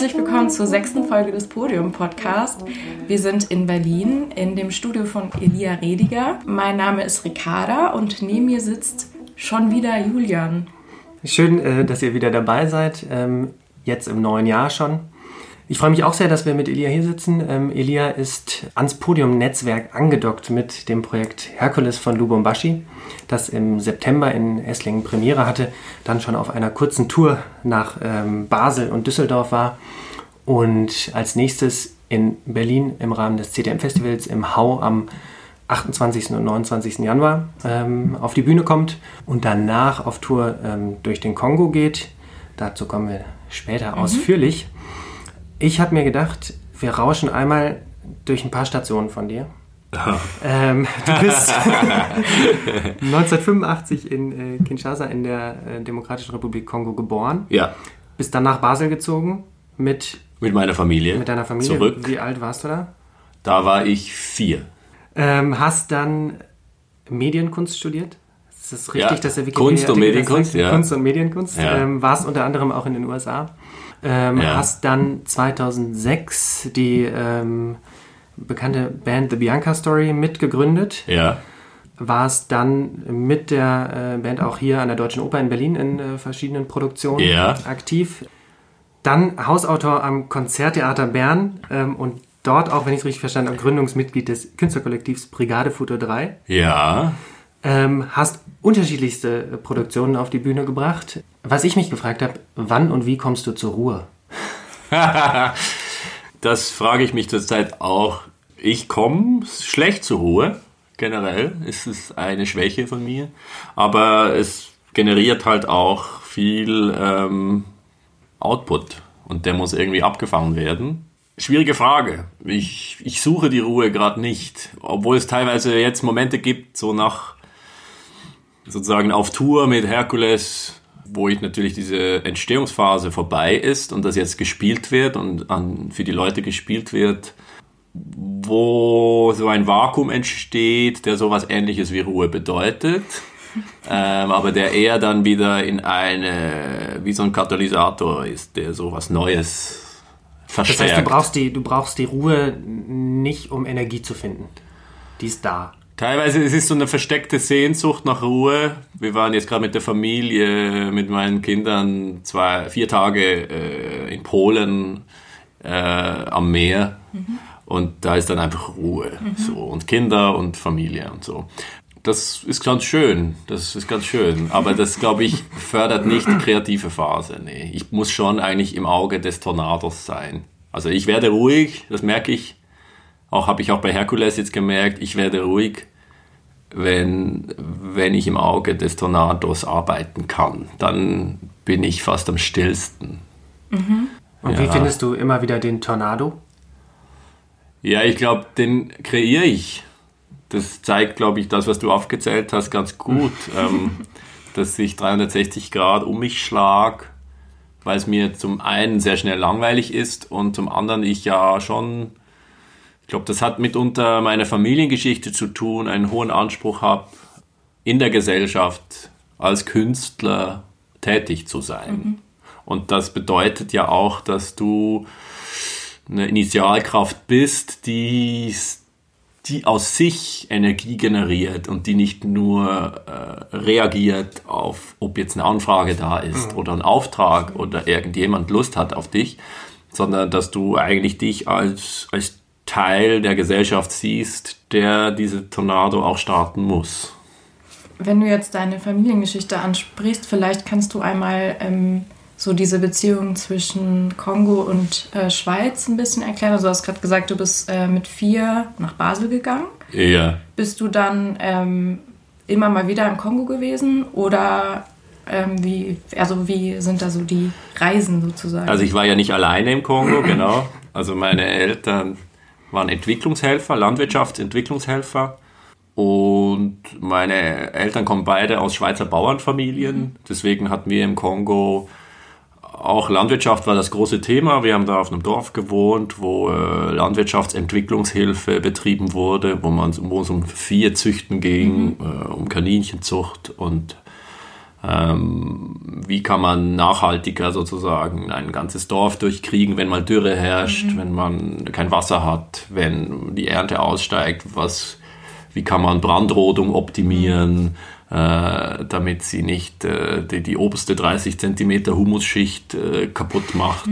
herzlich willkommen zur 6. Folge des Podium-Podcasts. Wir sind in Berlin in dem Studio von Elia Rediger. Mein Name ist Ricarda und neben mir sitzt schon wieder Julian. Schön, dass ihr wieder dabei seid, jetzt im neuen Jahr schon. Ich freue mich auch sehr, dass wir mit Elia hier sitzen. Elia ist ans Podium-Netzwerk angedockt mit dem Projekt Herkules von Lubumbashi, das im September in Esslingen Premiere hatte, dann schon auf einer kurzen Tour nach Basel und Düsseldorf war und als nächstes in Berlin im Rahmen des CTM-Festivals im Hau am 28. und 29. Januar auf die Bühne kommt und danach auf Tour durch den Kongo geht. Dazu kommen wir später ausführlich. Ich habe mir gedacht, wir rauschen einmal durch ein paar Stationen von dir. Du bist 1985 in Kinshasa in der Demokratischen Republik Kongo geboren. Ja. Bist dann nach Basel gezogen mit meiner Familie. Mit deiner Familie. Zurück. Wie alt warst du da? Da war ich 4. Hast dann Medienkunst studiert? Ist das richtig, Ja. dass der Wikipedia Kunst und Medienkunst, ja. Kunst und Medienkunst. Ja. Warst unter anderem auch in den USA. Hast dann 2006 die bekannte Band The Bianca Story mitgegründet. Ja. Warst dann mit der Band auch hier an der Deutschen Oper in Berlin in verschiedenen Produktionen aktiv. Dann Hausautor am Konzerttheater Bern und dort auch, wenn ich es richtig verstanden habe, Gründungsmitglied des Künstlerkollektivs Brigade Futur 3. Ja. Hast unterschiedlichste Produktionen auf die Bühne gebracht. Was ich mich gefragt habe, wann und wie kommst du zur Ruhe? Das frage ich mich zurzeit auch. Ich komme schlecht zur Ruhe. Generell ist es eine Schwäche von mir. Aber es generiert halt auch viel Output. Und der muss irgendwie abgefangen werden. Schwierige Frage. Ich suche die Ruhe gerade nicht. Obwohl es teilweise jetzt Momente gibt, so nach sozusagen auf Tour mit Herkules, wo ich natürlich diese Entstehungsphase vorbei ist und das jetzt gespielt wird und für die Leute gespielt wird, wo so ein Vakuum entsteht, der sowas Ähnliches wie Ruhe bedeutet, aber der eher dann wieder wie so ein Katalysator ist, der sowas Neues verstärkt. Das heißt, du brauchst die Ruhe nicht, um Energie zu finden. Die ist da. Teilweise es ist so eine versteckte Sehnsucht nach Ruhe. Wir waren jetzt gerade mit der Familie, mit meinen Kindern 4 Tage in Polen am Meer. Und da ist dann einfach Ruhe. So, und Kinder und Familie und so. Das ist ganz schön. Aber das, glaube ich, fördert nicht die kreative Phase. Nee, ich muss schon eigentlich im Auge des Tornados sein. Also ich werde ruhig, das merke ich. Habe ich auch bei Herkules jetzt gemerkt, ich werde ruhig, wenn ich im Auge des Tornados arbeiten kann. Dann bin ich fast am stillsten. Und wie findest du immer wieder den Tornado? Ja, ich glaube, den kreiere ich. Das zeigt, glaube ich, das, was du aufgezählt hast, ganz gut. Dass ich 360 Grad um mich schlage, weil es mir zum einen sehr schnell langweilig ist und zum anderen ich ja schon... Ich glaube, das hat mitunter meine Familiengeschichte zu tun, einen hohen Anspruch habe, in der Gesellschaft als Künstler tätig zu sein. Und das bedeutet ja auch, dass du eine Initialkraft bist, die aus sich Energie generiert und die nicht nur reagiert auf, ob jetzt eine Anfrage da ist oder ein Auftrag oder irgendjemand Lust hat auf dich, sondern dass du eigentlich dich als Teil der Gesellschaft siehst, der diese Tornado auch starten muss. Wenn du jetzt deine Familiengeschichte ansprichst, vielleicht kannst du einmal so diese Beziehung zwischen Kongo und Schweiz ein bisschen erklären. Also du hast gerade gesagt, du bist mit 4 nach Basel gegangen. Ja. Bist du dann immer mal wieder im Kongo gewesen oder wie sind da so die Reisen sozusagen? Also ich war ja nicht alleine im Kongo, genau. Also meine Eltern waren Entwicklungshelfer, Landwirtschaftsentwicklungshelfer und meine Eltern kommen beide aus Schweizer Bauernfamilien. Deswegen hatten wir im Kongo auch Landwirtschaft war das große Thema. Wir haben da auf einem Dorf gewohnt, wo Landwirtschaftsentwicklungshilfe betrieben wurde, wo es um Viehzüchten ging, um Kaninchenzucht und Wie kann man nachhaltiger sozusagen ein ganzes Dorf durchkriegen, wenn mal Dürre herrscht, wenn man kein Wasser hat, wenn die Ernte aussteigt, wie kann man Brandrodung optimieren, damit sie nicht die oberste 30 Zentimeter Humusschicht kaputt macht.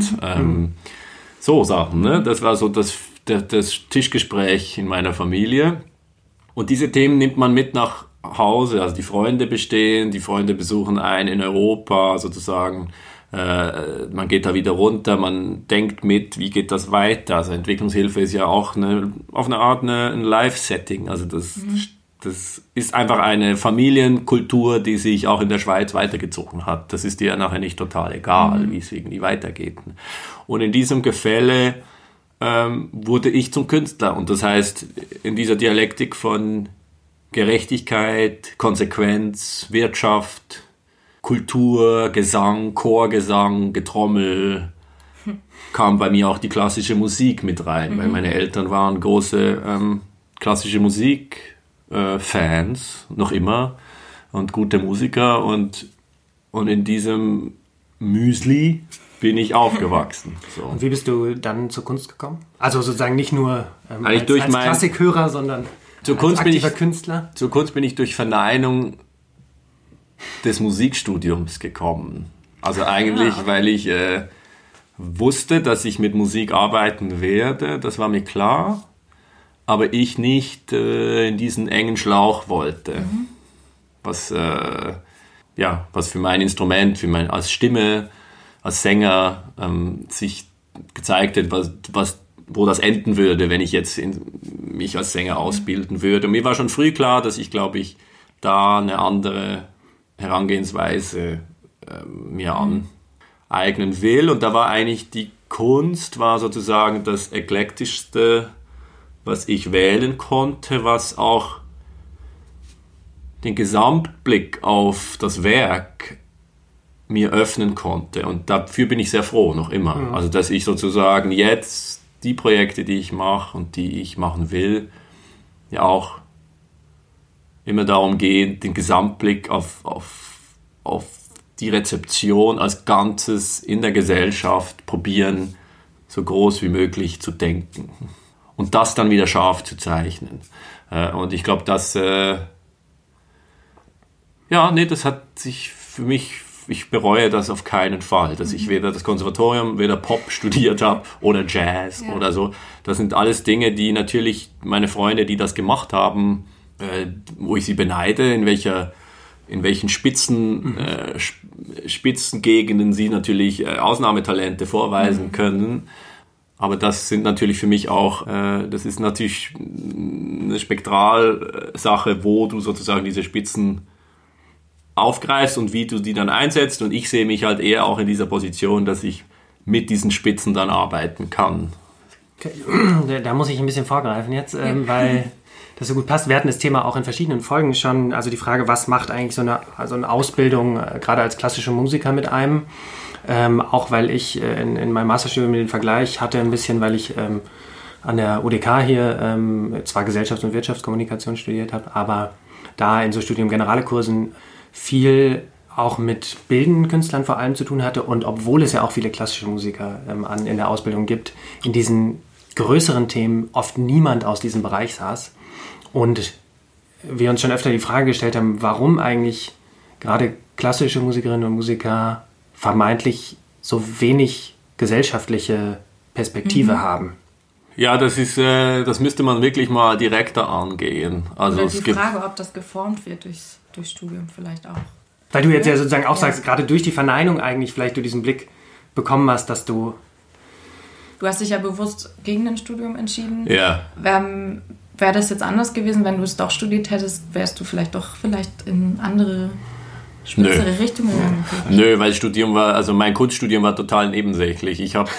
So Sachen, ne? Das war so das Tischgespräch in meiner Familie. Und diese Themen nimmt man mit nach Hause, also die Freunde besuchen einen in Europa sozusagen, man geht da wieder runter, man denkt mit, wie geht das weiter, also Entwicklungshilfe ist ja auch auf eine Art ein Live-Setting, also das ist einfach eine Familienkultur, die sich auch in der Schweiz weitergezogen hat, das ist dir ja nachher nicht total egal, wie es irgendwie weitergeht. Und in diesem Gefälle wurde ich zum Künstler und das heißt, in dieser Dialektik von Gerechtigkeit, Konsequenz, Wirtschaft, Kultur, Gesang, Chorgesang, Getrommel, kam bei mir auch die klassische Musik mit rein, weil meine Eltern waren große klassische Musik-Fans, noch immer, und gute Musiker und in diesem Müsli bin ich aufgewachsen. So. Und wie bist du dann zur Kunst gekommen? Also sozusagen nicht nur als durch Klassikhörer, sondern als aktiver Künstler? Zur Kunst bin ich durch Verneinung des Musikstudiums gekommen. Also eigentlich, weil ich wusste, dass ich mit Musik arbeiten werde, das war mir klar, aber ich nicht in diesen engen Schlauch wollte. Was für mein Instrument, als Stimme, als Sänger sich gezeigt hat, wo das enden würde, wenn ich jetzt mich als Sänger ausbilden würde. Und mir war schon früh klar, dass ich, glaube ich, da eine andere Herangehensweise mir aneignen will. Und da war eigentlich die Kunst, war sozusagen das Eklektischste, was ich wählen konnte, was auch den Gesamtblick auf das Werk mir öffnen konnte. Und dafür bin ich sehr froh, noch immer. Also, dass ich sozusagen jetzt die Projekte, die ich mache und die ich machen will, ja auch immer darum gehen, den Gesamtblick auf die Rezeption als Ganzes in der Gesellschaft probieren, so groß wie möglich zu denken. Und das dann wieder scharf zu zeichnen. Und ich glaube, das hat sich für mich, ich bereue das auf keinen Fall, dass ich weder das Konservatorium, weder Pop studiert habe oder Jazz oder so. Das sind alles Dinge, die natürlich meine Freunde, die das gemacht haben, wo ich sie beneide, in welchen Spitzengegenden sie natürlich Ausnahmetalente vorweisen können. Aber das sind natürlich für mich auch, das ist natürlich eine Spektralsache, wo du sozusagen diese Spitzen aufgreifst und wie du die dann einsetzt. Und ich sehe mich halt eher auch in dieser Position, dass ich mit diesen Spitzen dann arbeiten kann. Okay. Da muss ich ein bisschen vorgreifen jetzt, weil das so gut passt. Wir hatten das Thema auch in verschiedenen Folgen schon, also die Frage, was macht eigentlich so eine Ausbildung gerade als klassischer Musiker mit einem? Auch weil ich in meinem Masterstudium den Vergleich hatte ein bisschen, weil ich an der UDK hier zwar Gesellschafts- und Wirtschaftskommunikation studiert habe, aber da in so Studium-Generale-Kursen viel auch mit bildenden Künstlern vor allem zu tun hatte und obwohl es ja auch viele klassische Musiker in der Ausbildung gibt, in diesen größeren Themen oft niemand aus diesem Bereich saß und wir uns schon öfter die Frage gestellt haben, warum eigentlich gerade klassische Musikerinnen und Musiker vermeintlich so wenig gesellschaftliche Perspektive haben. Ja, das müsste man wirklich mal direkter angehen. Also oder die Frage, ob das geformt wird durchs Studium vielleicht auch. Weil du jetzt ja sozusagen auch sagst, gerade durch die Verneinung eigentlich vielleicht du diesen Blick bekommen hast, dass du... Du hast dich ja bewusst gegen ein Studium entschieden. Ja. Wäre das jetzt anders gewesen, wenn du es doch studiert hättest, wärst du vielleicht in andere spitzere Richtungen gegangen? Nö, weil mein Kunststudium war total nebensächlich. Ich habe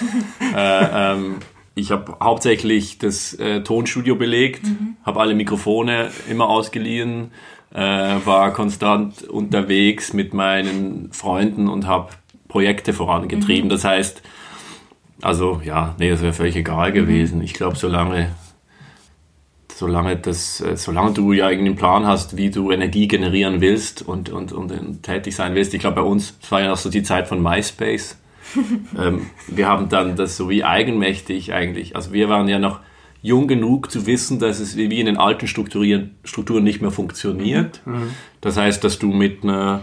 hauptsächlich das Tonstudio belegt, habe alle Mikrofone immer ausgeliehen, war konstant unterwegs mit meinen Freunden und habe Projekte vorangetrieben. Das heißt, das wäre völlig egal gewesen. Ich glaube, solange solange du ja irgendeinen Plan hast, wie du Energie generieren willst und tätig sein willst. Ich glaube, bei uns, es war ja noch so die Zeit von MySpace. Wir haben dann das so wie eigenmächtig eigentlich, also wir waren ja noch jung genug zu wissen, dass es wie in den alten Strukturen nicht mehr funktioniert. Mhm. Das heißt, dass du mit einer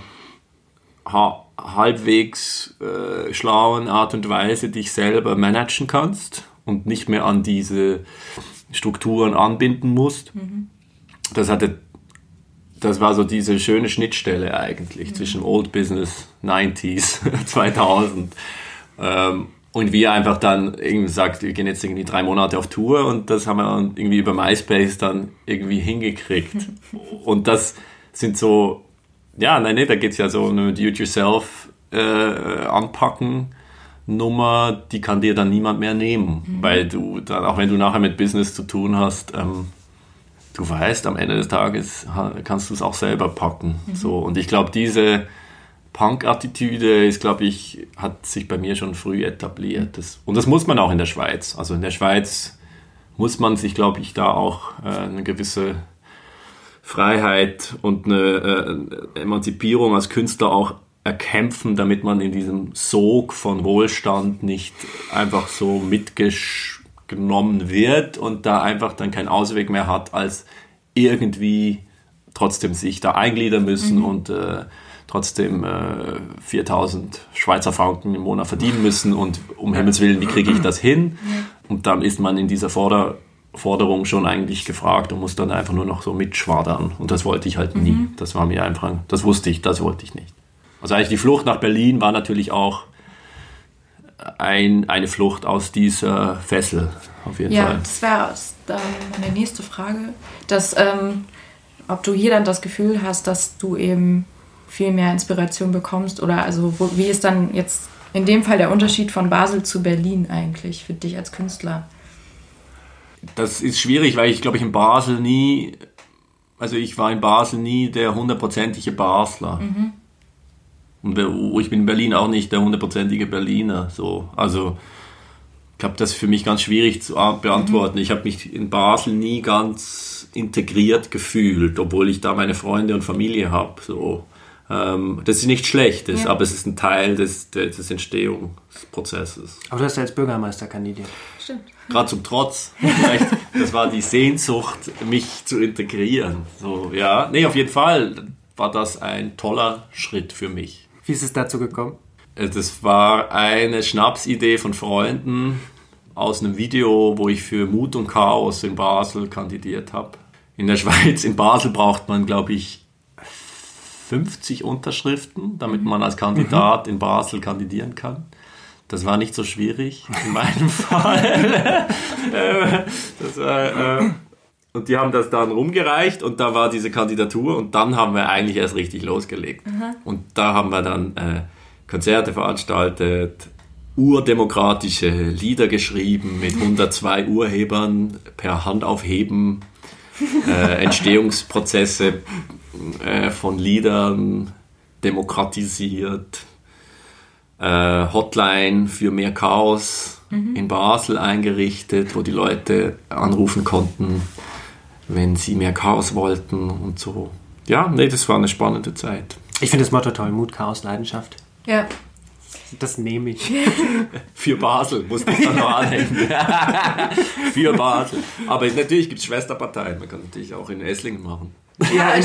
halbwegs schlauen Art und Weise dich selber managen kannst und nicht mehr an diese Strukturen anbinden musst. Mhm. Das war so diese schöne Schnittstelle eigentlich zwischen Old Business, 90s, 2000. Und wir einfach dann irgendwie sagt, wir gehen jetzt irgendwie 3 Monate auf Tour und das haben wir dann irgendwie über MySpace dann irgendwie hingekriegt. Und das sind so, da geht es ja so eine Do-it-yourself anpacken Nummer, die kann dir dann niemand mehr nehmen, weil du dann, auch wenn du nachher mit Business zu tun hast, du weißt, am Ende des Tages kannst du es auch selber packen. So. Und ich glaube, diese Punk-Attitüde hat sich bei mir schon früh etabliert. Und das muss man auch in der Schweiz. Also in der Schweiz muss man sich, glaube ich, da auch eine gewisse Freiheit und eine Emanzipierung als Künstler auch erkämpfen, damit man in diesem Sog von Wohlstand nicht einfach so mitgenommen wird und da einfach dann keinen Ausweg mehr hat, als irgendwie trotzdem sich da eingliedern müssen und trotzdem 4.000 Schweizer Franken im Monat verdienen müssen und um Himmels Willen, wie kriege ich das hin? Und dann ist man in dieser Forderung schon eigentlich gefragt und muss dann einfach nur noch so mitschwadern. Und das wollte ich halt nie. Das war mir einfach, das wusste ich, das wollte ich nicht. Also eigentlich die Flucht nach Berlin war natürlich auch eine Flucht aus dieser Fessel, auf jeden Fall. Ja, das wäre meine nächste Frage, dass, ob du hier dann das Gefühl hast, dass du eben viel mehr Inspiration bekommst oder also wie ist dann jetzt in dem Fall der Unterschied von Basel zu Berlin eigentlich für dich als Künstler? Das ist schwierig, weil ich glaube, ich war in Basel nie der 100%ige Basler. Und ich bin in Berlin auch nicht der 100%ige Berliner. So. Also ich glaube, das ist für mich ganz schwierig zu beantworten. Ich habe mich in Basel nie ganz integriert gefühlt, obwohl ich da meine Freunde und Familie habe. So. Das ist nichts Schlechtes, aber es ist ein Teil des Entstehungsprozesses. Aber du hast ja als Bürgermeister kandidiert. Stimmt. Gerade zum Trotz. Vielleicht, das war die Sehnsucht, mich zu integrieren. So, ja. Nee, auf jeden Fall war das ein toller Schritt für mich. Wie ist es dazu gekommen? Das war eine Schnapsidee von Freunden aus einem Video, wo ich für Mut und Chaos in Basel kandidiert habe. In der Schweiz, in Basel braucht man, glaube ich, 50 Unterschriften, damit man als Kandidat in Basel kandidieren kann. Das war nicht so schwierig in meinem Fall. Und die haben das dann rumgereicht und da war diese Kandidatur und dann haben wir eigentlich erst richtig losgelegt. Und da haben wir dann Konzerte veranstaltet, urdemokratische Lieder geschrieben mit 102 Urhebern per Handaufheben, Entstehungsprozesse von Liedern demokratisiert, Hotline für mehr Chaos in Basel eingerichtet, wo die Leute anrufen konnten, wenn sie mehr Chaos wollten und so. Ja, nee, das war eine spannende Zeit. Ich finde das Motto toll, Mut, Chaos, Leidenschaft. Ja. Das nehme ich. Für Basel, musste ich dann noch anhängen. Für Basel. Aber natürlich gibt es Schwesterparteien, man kann natürlich auch in Esslingen machen. Ja,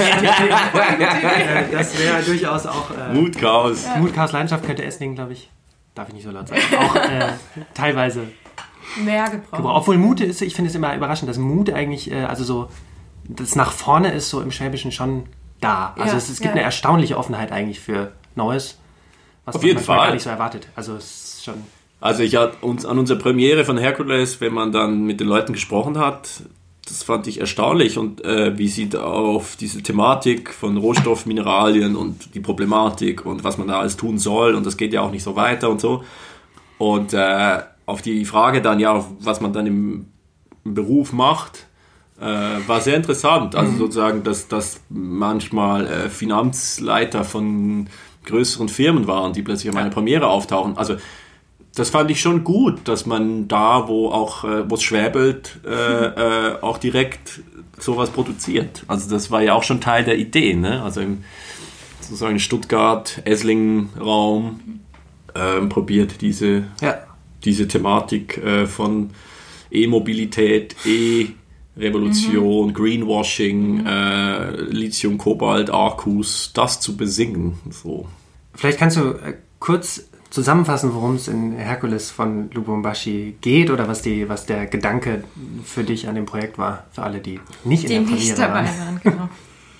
das wäre durchaus auch... Mut, Chaos. Mut, Chaos, Leidenschaft könnte Esslingen, glaube ich, darf ich nicht so laut sagen, auch teilweise mehr gebraucht. Obwohl Mut ist, ich finde es immer überraschend, dass Mut eigentlich, also so, das nach vorne ist so im Schwäbischen schon da. Also es gibt eine erstaunliche Offenheit eigentlich für Neues, was auf jeden man Fall gar nicht so erwartet. Also es ist schon... Also ich hatte uns an unserer Premiere von Herkules, wenn man dann mit den Leuten gesprochen hat, das fand ich erstaunlich und wie sie da auf diese Thematik von Rohstoff, Mineralien und die Problematik und was man da alles tun soll und das geht ja auch nicht so weiter und so. Und auf die Frage dann, ja, was man dann im Beruf macht, war sehr interessant. Also sozusagen, dass manchmal Finanzleiter von größeren Firmen waren, die plötzlich an meiner Premiere auftauchen. Also das fand ich schon gut, dass man da, wo es schwäbelt, auch direkt sowas produziert. Also das war ja auch schon Teil der Idee, ne? Also im sozusagen Stuttgart-Esslingen-Raum probiert diese Thematik von E-Mobilität, E-Revolution, Greenwashing, Lithium, Kobalt, Akkus, das zu besingen. So. Vielleicht kannst du kurz zusammenfassen, worum es in Herkules von Lubumbashi geht oder was der Gedanke für dich an dem Projekt war, für alle, die nicht in der Premiere waren. Genau.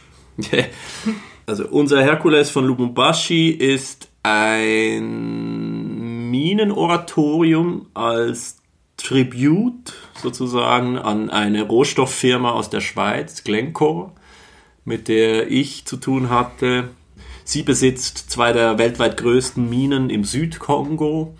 Also unser Herkules von Lubumbashi ist ein Minenoratorium als Tribut sozusagen an eine Rohstofffirma aus der Schweiz, Glencore, mit der ich zu tun hatte. Sie besitzt 2 der weltweit größten Minen im Südkongo,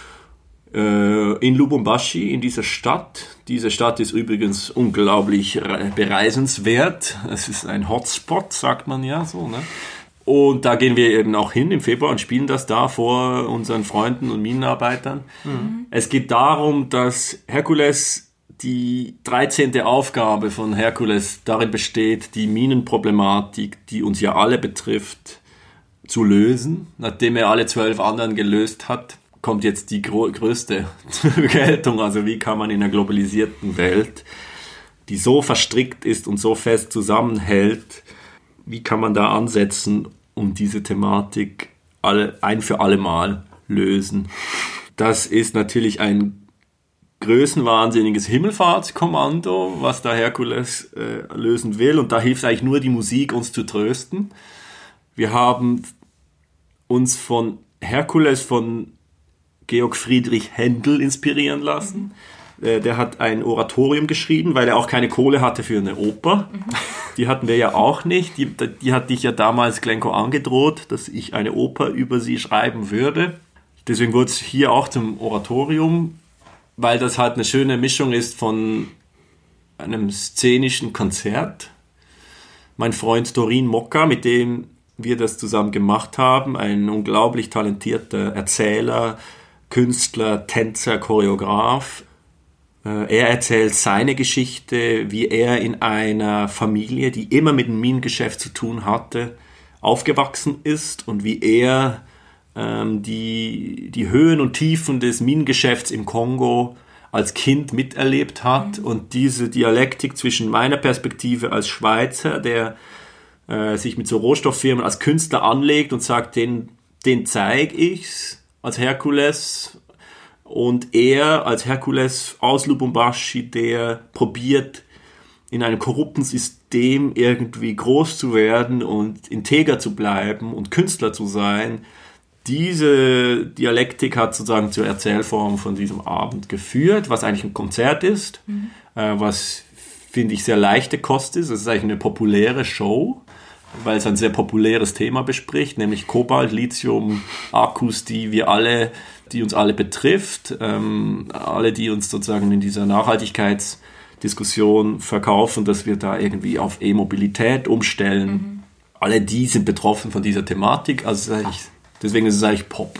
in Lubumbashi, in dieser Stadt. Diese Stadt ist übrigens unglaublich bereisenswert. Es ist ein Hotspot, sagt man ja so, ne? Und da gehen wir eben auch hin im Februar und spielen das da vor unseren Freunden und Minenarbeitern. Mhm. Es geht darum, dass Herkules, die 13. Aufgabe von Herkules darin besteht, die Minenproblematik, die uns ja alle betrifft, zu lösen. Nachdem er alle 12 anderen gelöst hat, kommt jetzt die größte Geltung. Also wie kann man in einer globalisierten Welt, die so verstrickt ist und so fest zusammenhält, wie kann man da ansetzen und diese Thematik ein für alle Mal lösen? Das ist natürlich ein größenwahnsinniges Himmelfahrtskommando, was da Herkules lösen will. Und da hilft eigentlich nur die Musik, uns zu trösten. Wir haben uns von Herkules von Georg Friedrich Händel inspirieren lassen. Der hat ein Oratorium geschrieben, weil er auch keine Kohle hatte für eine Oper. Die hatten wir ja auch nicht. Die hatte ich ja damals Glencore angedroht, dass ich eine Oper über sie schreiben würde. Deswegen wurde es hier auch zum Oratorium, weil das halt eine schöne Mischung ist von einem szenischen Konzert. Mein Freund Dorin Mokka, mit dem wir das zusammen gemacht haben, ein unglaublich talentierter Erzähler, Künstler, Tänzer, Choreograf. Er erzählt seine Geschichte, wie er in einer Familie, die immer mit dem Minengeschäft zu tun hatte, aufgewachsen ist und wie er die Höhen und Tiefen des Minengeschäfts im Kongo als Kind miterlebt hat. Und diese Dialektik zwischen meiner Perspektive als Schweizer, der sich mit so Rohstofffirmen als Künstler anlegt und sagt, den zeige ich's als Herkules, und er als Herkules aus Lubumbashi, der probiert, in einem korrupten System irgendwie groß zu werden und integer zu bleiben und Künstler zu sein. Diese Dialektik hat sozusagen zur Erzählform von diesem Abend geführt, was eigentlich ein Konzert ist, was, finde ich, sehr leichte Kost ist. Es ist eigentlich eine populäre Show, weil es ein sehr populäres Thema bespricht, nämlich Kobalt, Lithium, Akkus, die uns alle betrifft, alle, die uns sozusagen in dieser Nachhaltigkeitsdiskussion verkaufen, dass wir da irgendwie auf E-Mobilität umstellen. Alle die sind betroffen von dieser Thematik, also deswegen ist es eigentlich Pop.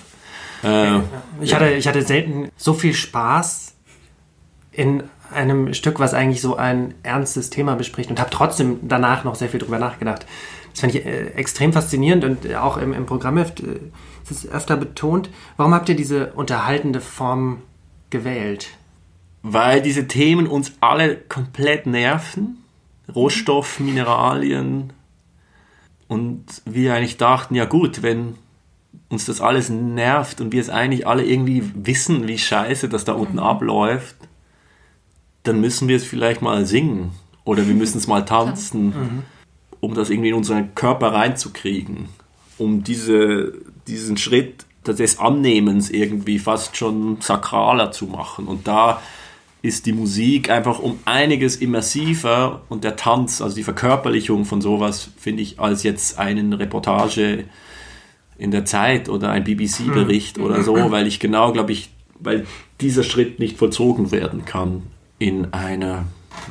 Ich hatte selten so viel Spaß in einem Stück, was eigentlich so ein ernstes Thema bespricht, und habe trotzdem danach noch sehr viel drüber nachgedacht. Das fand ich extrem faszinierend, und auch im Programmheft ist es öfter betont. Warum habt ihr diese unterhaltende Form gewählt? Weil diese Themen uns alle komplett nerven. Rohstoff, Mineralien. Und wir eigentlich dachten, ja gut, wenn uns das alles nervt und wir es eigentlich alle irgendwie wissen, wie scheiße das da unten abläuft, dann müssen wir es vielleicht mal singen. Oder wir müssen es mal tanzen, um das irgendwie in unseren Körper reinzukriegen. Um diesen Schritt des Annehmens irgendwie fast schon sakraler zu machen. Und da ist die Musik einfach um einiges immersiver, und der Tanz, also die Verkörperlichung von sowas, finde ich, als jetzt eine Reportage in der Zeit oder ein BBC-Bericht oder so, weil ich genau, glaube ich, weil dieser Schritt nicht vollzogen werden kann in einer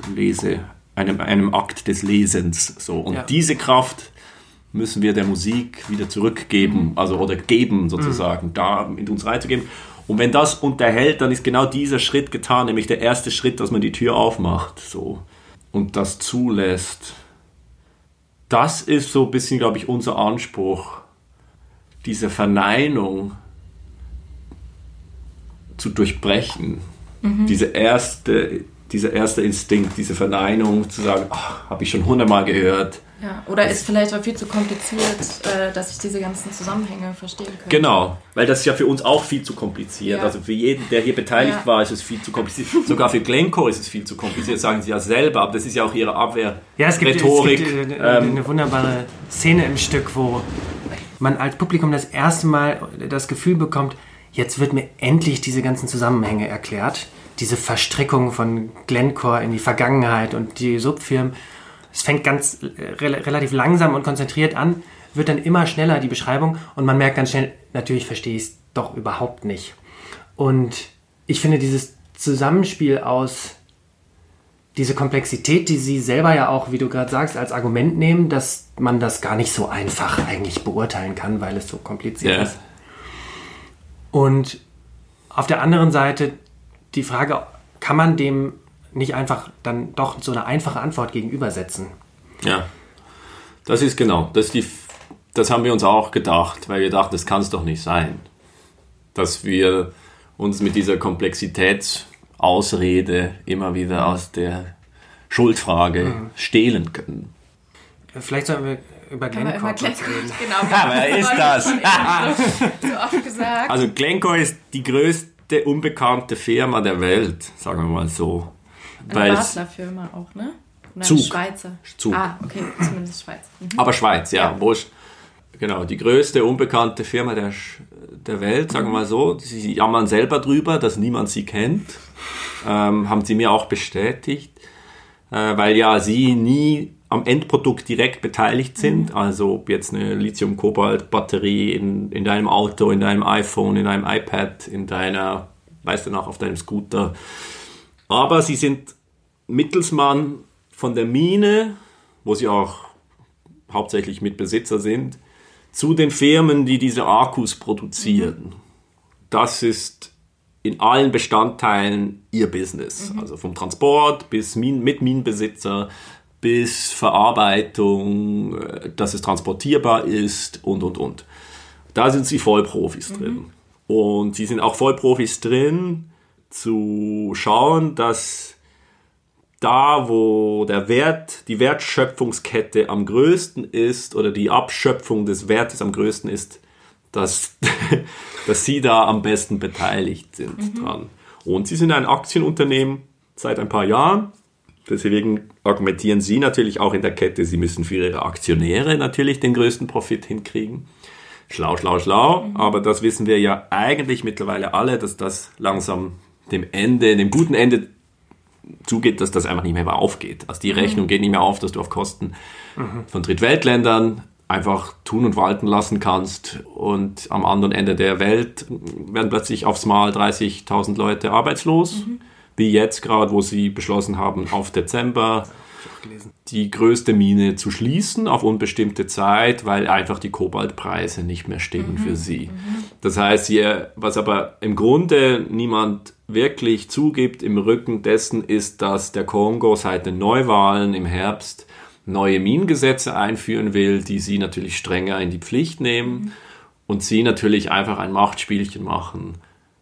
einem Akt des Lesens. So. Und diese Kraft müssen wir der Musik wieder zurückgeben, oder geben sozusagen, da in uns reinzugeben. Und wenn das unterhält, dann ist genau dieser Schritt getan, nämlich der erste Schritt, dass man die Tür aufmacht so, und das zulässt. Das ist so ein bisschen, glaube ich, unser Anspruch, diese Verneinung zu durchbrechen. Dieser erste Instinkt, diese Verneinung, zu sagen, habe ich schon 100-mal gehört. Ja, oder ist vielleicht auch viel zu kompliziert, dass ich diese ganzen Zusammenhänge verstehen kann. Genau, weil das ist ja für uns auch viel zu kompliziert. Ja. Also für jeden, der hier beteiligt war, ist es viel zu kompliziert. Sogar für Glencore ist es viel zu kompliziert, sagen sie ja selber. Aber das ist ja auch ihre Abwehr-Rhetorik. Es gibt eine wunderbare Szene im Stück, wo man als Publikum das erste Mal das Gefühl bekommt, jetzt wird mir endlich diese ganzen Zusammenhänge erklärt. Diese Verstrickung von Glencore in die Vergangenheit und die Subfirmen. Es fängt ganz relativ langsam und konzentriert an, wird dann immer schneller die Beschreibung und man merkt ganz schnell, natürlich verstehe ich es doch überhaupt nicht. Und ich finde dieses Zusammenspiel aus diese Komplexität, die sie selber ja auch, wie du gerade sagst, als Argument nehmen, dass man das gar nicht so einfach eigentlich beurteilen kann, weil es so kompliziert ist. Und auf der anderen Seite die Frage, kann man dem nicht einfach dann doch so eine einfache Antwort gegenübersetzen? Ja, das ist genau. Das haben wir uns auch gedacht, weil wir dachten, das kann es doch nicht sein, dass wir uns mit dieser Komplexitätsausrede immer wieder aus der Schuldfrage stehlen können. Vielleicht sollen wir über Glencore kurz reden. Genau, wer ist das? So oft gesagt. Also Glencore ist die größte unbekannte Firma der Welt, sagen wir mal so. Eine Basler-Firma auch, ne? Oder Zug. eine Schweizer. Zug. Ah, okay, zumindest Schweiz. Aber Schweiz, ja. Genau, die größte unbekannte Firma der Welt, sagen wir mal so. Sie jammern selber drüber, dass niemand sie kennt. Haben sie mir auch bestätigt. Weil ja sie nie am Endprodukt direkt beteiligt sind. Also ob jetzt eine Lithium-Kobalt-Batterie in deinem Auto, in deinem iPhone, in deinem iPad, weißt du noch, auf deinem Scooter. Aber sie sind Mittelsmann von der Mine, wo sie auch hauptsächlich Mitbesitzer sind, zu den Firmen, die diese Akkus produzieren. Das ist in allen Bestandteilen ihr Business. Also vom Transport bis mit Minenbesitzer bis Verarbeitung, dass es transportierbar ist und. Da sind sie Vollprofis drin. Und sie sind auch Vollprofis drin, zu schauen, dass da, wo die Wertschöpfungskette am größten ist oder die Abschöpfung des Wertes am größten ist, dass sie da am besten beteiligt sind dran. Und sie sind ein Aktienunternehmen seit ein paar Jahren. Deswegen argumentieren sie natürlich auch in der Kette, sie müssen für ihre Aktionäre natürlich den größten Profit hinkriegen. Schlau. Aber das wissen wir ja eigentlich mittlerweile alle, dass das langsam dem guten Ende zugeht, dass das einfach nicht mehr aufgeht. Also die Rechnung geht nicht mehr auf, dass du auf Kosten von Drittweltländern einfach tun und walten lassen kannst und am anderen Ende der Welt werden plötzlich aufs Mal 30.000 Leute arbeitslos, wie jetzt gerade, wo sie beschlossen haben, auf Dezember die größte Mine zu schließen auf unbestimmte Zeit, weil einfach die Kobaltpreise nicht mehr stimmen für sie. Das heißt, was aber im Grunde niemand wirklich zugibt im Rücken dessen, ist, dass der Kongo seit den Neuwahlen im Herbst neue Minengesetze einführen will, die sie natürlich strenger in die Pflicht nehmen und sie natürlich einfach ein Machtspielchen machen.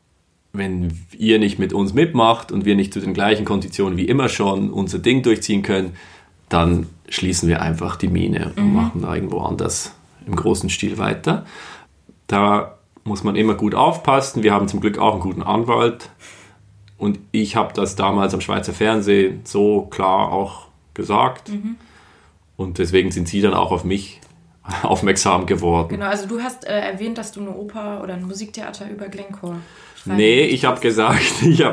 Wenn ihr nicht mit uns mitmacht und wir nicht zu den gleichen Konditionen wie immer schon unser Ding durchziehen können, dann schließen wir einfach die Mine und machen da irgendwo anders im großen Stil weiter. Da muss man immer gut aufpassen. Wir haben zum Glück auch einen guten Anwalt. Und ich habe das damals am Schweizer Fernsehen so klar auch gesagt. Und deswegen sind sie dann auch auf mich aufmerksam geworden. Genau, also du hast erwähnt, dass du eine Oper oder ein Musiktheater über Glencore schreibst. Nee, ich habe gesagt,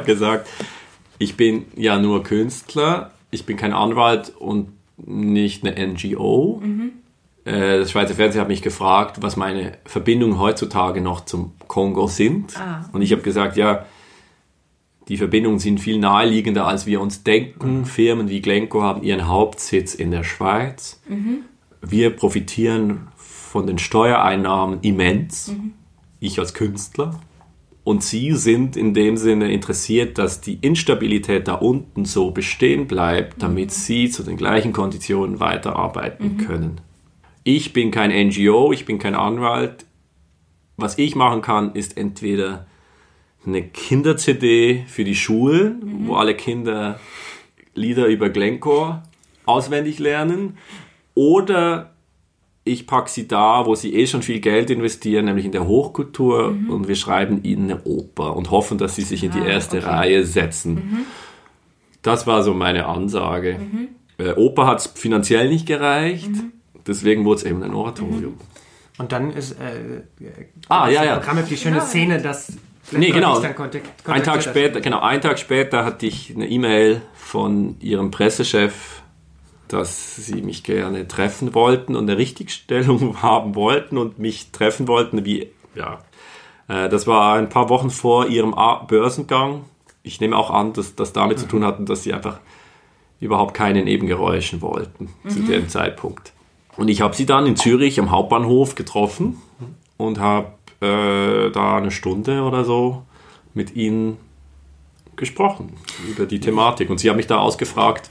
ich bin ja nur Künstler, ich bin kein Anwalt und nicht eine NGO. Das Schweizer Fernsehen hat mich gefragt, was meine Verbindungen heutzutage noch zum Kongo sind. Und ich habe gesagt, ja, die Verbindungen sind viel naheliegender, als wir uns denken. Firmen wie Glencore haben ihren Hauptsitz in der Schweiz. Wir profitieren von den Steuereinnahmen immens. Ich als Künstler. Und sie sind in dem Sinne interessiert, dass die Instabilität da unten so bestehen bleibt, damit sie zu den gleichen Konditionen weiterarbeiten können. Ich bin kein NGO, ich bin kein Anwalt. Was ich machen kann, ist entweder eine Kinder-CD für die Schulen, wo alle Kinder Lieder über Glencore auswendig lernen, oder ich packe sie da, wo sie schon viel Geld investieren, nämlich in der Hochkultur, und wir schreiben ihnen eine Oper und hoffen, dass sie sich in die erste Reihe setzen. Das war so meine Ansage. Oper hat es finanziell nicht gereicht, deswegen wurde es eben ein Oratorium. Und dann ist Programm die schöne Szene, dass genau. Einen Tag später hatte ich eine E-Mail von ihrem Pressechef, dass sie mich gerne treffen wollten und eine Richtigstellung haben wollten und mich treffen wollten. Das war ein paar Wochen vor ihrem Börsengang. Ich nehme auch an, dass das damit zu tun hatte, dass sie einfach überhaupt keine Nebengeräusche wollten zu dem Zeitpunkt. Und ich habe sie dann in Zürich am Hauptbahnhof getroffen und habe da eine Stunde oder so mit ihnen gesprochen über die Thematik. Und sie haben mich da ausgefragt,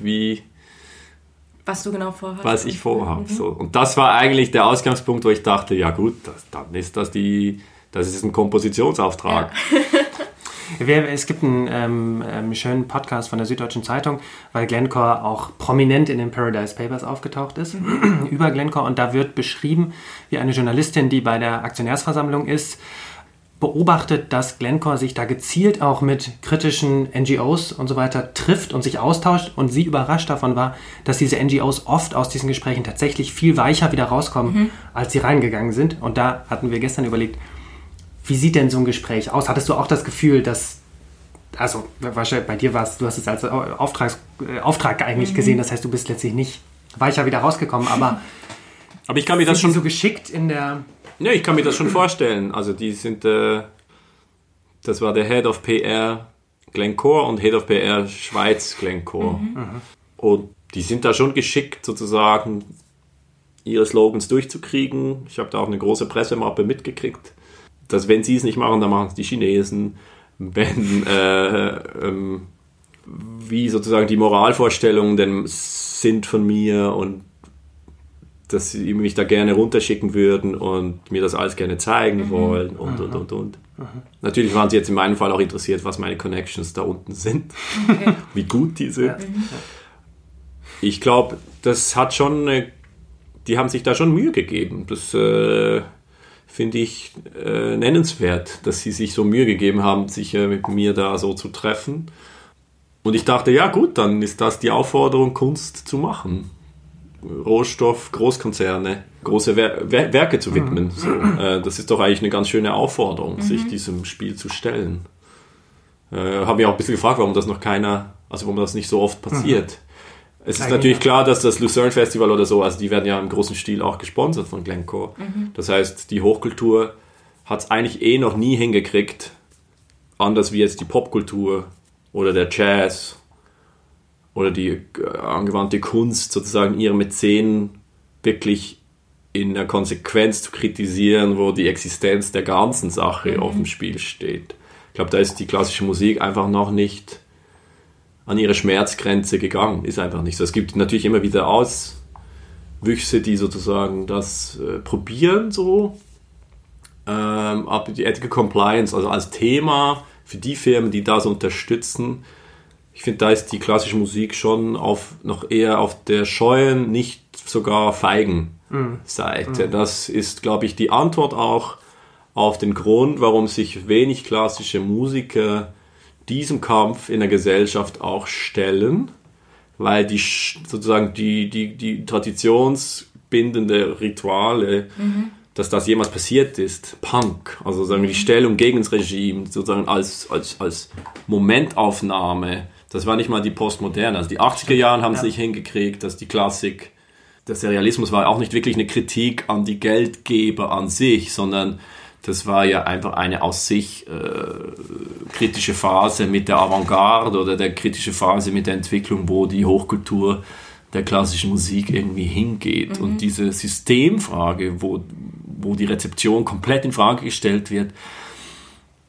was du genau vorhast. Was ich vorhabe. So. Und das war eigentlich der Ausgangspunkt, wo ich dachte, ja gut, dann ist das ist ein Kompositionsauftrag. Ja. Es gibt einen schönen Podcast von der Süddeutschen Zeitung, weil Glencore auch prominent in den Paradise Papers aufgetaucht ist, über Glencore. Und da wird beschrieben, wie eine Journalistin, die bei der Aktionärsversammlung ist, beobachtet, dass Glencore sich da gezielt auch mit kritischen NGOs und so weiter trifft und sich austauscht, und sie überrascht davon war, dass diese NGOs oft aus diesen Gesprächen tatsächlich viel weicher wieder rauskommen, als sie reingegangen sind. Und da hatten wir gestern überlegt, wie sieht denn so ein Gespräch aus? Hattest du auch das Gefühl, dass, also wahrscheinlich bei dir warst, du hast es als Auftrag eigentlich gesehen, das heißt, du bist letztlich nicht weicher wieder rausgekommen, aber ich kann mir das schon so geschickt in der... Ja, ich kann mir das schon vorstellen. Also die sind, das war der Head of PR Glencore und Head of PR Schweiz Glencore. Und die sind da schon geschickt, sozusagen ihre Slogans durchzukriegen. Ich habe da auch eine große Pressemappe mitgekriegt, dass wenn sie es nicht machen, dann machen es die Chinesen. Wenn wie sozusagen die Moralvorstellungen sind von mir und dass sie mich da gerne runterschicken würden und mir das alles gerne zeigen wollen und. Natürlich waren sie jetzt in meinem Fall auch interessiert, was meine Connections da unten sind, wie gut die sind. Ich glaube, das hat schon, die haben sich da schon Mühe gegeben. Das finde ich nennenswert, dass sie sich so Mühe gegeben haben, sich mit mir da so zu treffen. Und ich dachte, ja gut, dann ist das die Aufforderung, Kunst zu machen. Rohstoff, Großkonzerne, große Werke zu widmen. So, das ist doch eigentlich eine ganz schöne Aufforderung, sich diesem Spiel zu stellen. Habe mich auch ein bisschen gefragt, warum das nicht so oft passiert. Es ist natürlich klar, dass das Lucerne Festival oder so, also die werden ja im großen Stil auch gesponsert von Glencore. Das heißt, die Hochkultur hat es eigentlich noch nie hingekriegt, anders wie jetzt die Popkultur oder der Jazz oder die angewandte Kunst, sozusagen ihre Mäzenen wirklich in der Konsequenz zu kritisieren, wo die Existenz der ganzen Sache auf dem Spiel steht. Ich glaube, da ist die klassische Musik einfach noch nicht an ihre Schmerzgrenze gegangen. Ist einfach nicht so. Es gibt natürlich immer wieder Auswüchse, die sozusagen das probieren, so. Aber die Ethical Compliance, also als Thema für die Firmen, die das unterstützen, ich finde, da ist die klassische Musik schon noch eher auf der scheuen, nicht sogar feigen Seite. Das ist, glaube ich, die Antwort auch auf den Grund, warum sich wenig klassische Musiker diesem Kampf in der Gesellschaft auch stellen, weil die sozusagen die traditionsbindende Rituale, dass das jemals passiert ist, Punk, also sagen wir die Stellung gegen das Regime, sozusagen als Momentaufnahme. Das war nicht mal die Postmoderne. Also die 80er Jahre haben es nicht hingekriegt, dass die Klassik, der Serialismus war auch nicht wirklich eine Kritik an die Geldgeber an sich, sondern das war ja einfach eine aus sich kritische Phase mit der Avantgarde oder der kritische Phase mit der Entwicklung, wo die Hochkultur der klassischen Musik irgendwie hingeht. Und diese Systemfrage, wo die Rezeption komplett in Frage gestellt wird,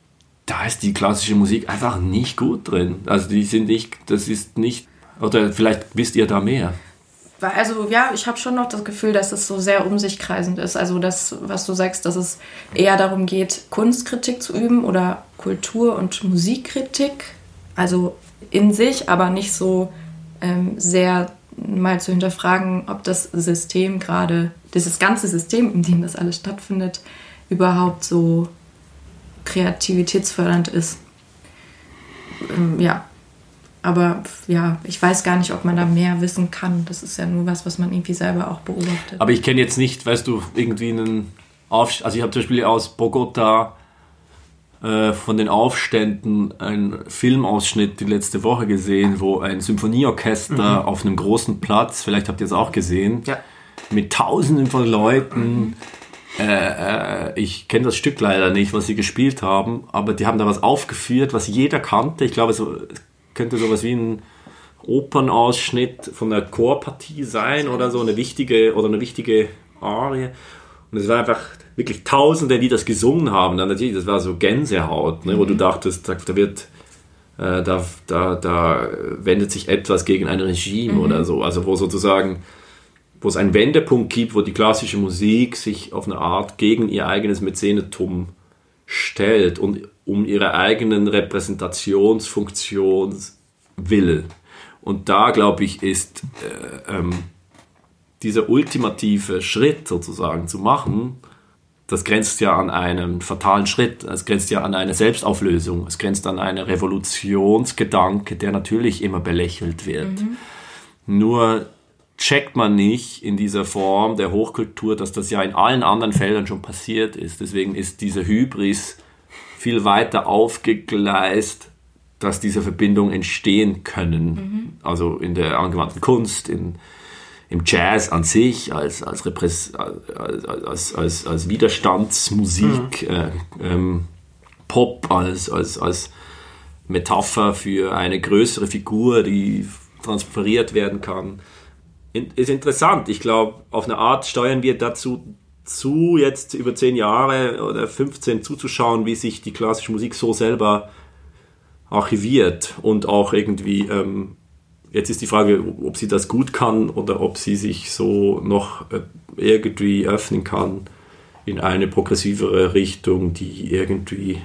da ist die klassische Musik einfach nicht gut drin. Also die sind nicht, das ist nicht, oder vielleicht wisst ihr da mehr. Also ja, ich habe schon noch das Gefühl, dass es so sehr um sich kreisend ist. Also das, was du sagst, dass es eher darum geht, Kunstkritik zu üben oder Kultur- und Musikkritik. Also in sich, aber nicht so sehr mal zu hinterfragen, ob das System gerade, dieses ganze System, in dem das alles stattfindet, überhaupt so kreativitätsfördernd ist. Ja, aber ja, ich weiß gar nicht, ob man da mehr wissen kann. Das ist ja nur was man irgendwie selber auch beobachtet. Aber ich kenne jetzt nicht, weißt du, irgendwie also ich habe zum Beispiel aus Bogota von den Aufständen einen Filmausschnitt die letzte Woche gesehen, wo ein Symphonieorchester auf einem großen Platz, vielleicht habt ihr es auch gesehen, mit Tausenden von Leuten, ich kenne das Stück leider nicht, was sie gespielt haben, aber die haben da was aufgeführt, was jeder kannte. Ich glaube, es könnte sowas wie ein Opernausschnitt von einer Chorpartie sein oder so, eine wichtige Arie. Und es war einfach wirklich Tausende, die das gesungen haben. Dann natürlich, das war so Gänsehaut, ne, wo du dachtest, da wendet sich etwas gegen ein Regime oder so. Also wo es einen Wendepunkt gibt, wo die klassische Musik sich auf eine Art gegen ihr eigenes Mäzenetum stellt und um ihre eigenen Repräsentationsfunktion will. Und da, glaube ich, ist dieser ultimative Schritt sozusagen zu machen, das grenzt ja an einen fatalen Schritt, es grenzt ja an eine Selbstauflösung, es grenzt an einen Revolutionsgedanke, der natürlich immer belächelt wird. Nur checkt man nicht in dieser Form der Hochkultur, dass das ja in allen anderen Feldern schon passiert ist. Deswegen ist diese Hybris viel weiter aufgegleist, dass diese Verbindungen entstehen können. Also in der angewandten Kunst, im Jazz an sich, als Widerstandsmusik, Pop als Metapher für eine größere Figur, die transferiert werden kann. Ist interessant. Ich glaube, auf eine Art steuern wir dazu zu, jetzt über 10 Jahre oder 15 zuzuschauen, wie sich die klassische Musik so selber archiviert und auch irgendwie, jetzt ist die Frage, ob sie das gut kann oder ob sie sich so noch irgendwie öffnen kann in eine progressivere Richtung, die irgendwie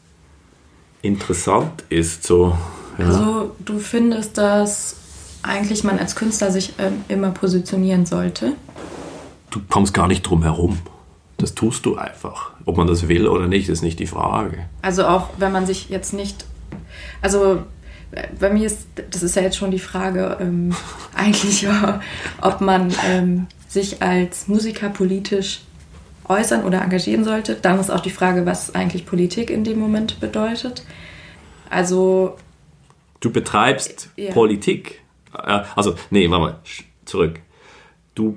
interessant ist. So, ja. Also du findest, dass eigentlich man als Künstler sich immer positionieren sollte? Du kommst gar nicht drum herum. Das tust du einfach. Ob man das will oder nicht, ist nicht die Frage. Also auch wenn man sich jetzt nicht... Also bei mir ist, das ist ja jetzt schon die Frage, eigentlich, ob man sich als Musiker politisch äußern oder engagieren sollte. Dann ist auch die Frage, was eigentlich Politik in dem Moment bedeutet. Also... Du betreibst Politik. Also, nee, warte mal, zurück. Du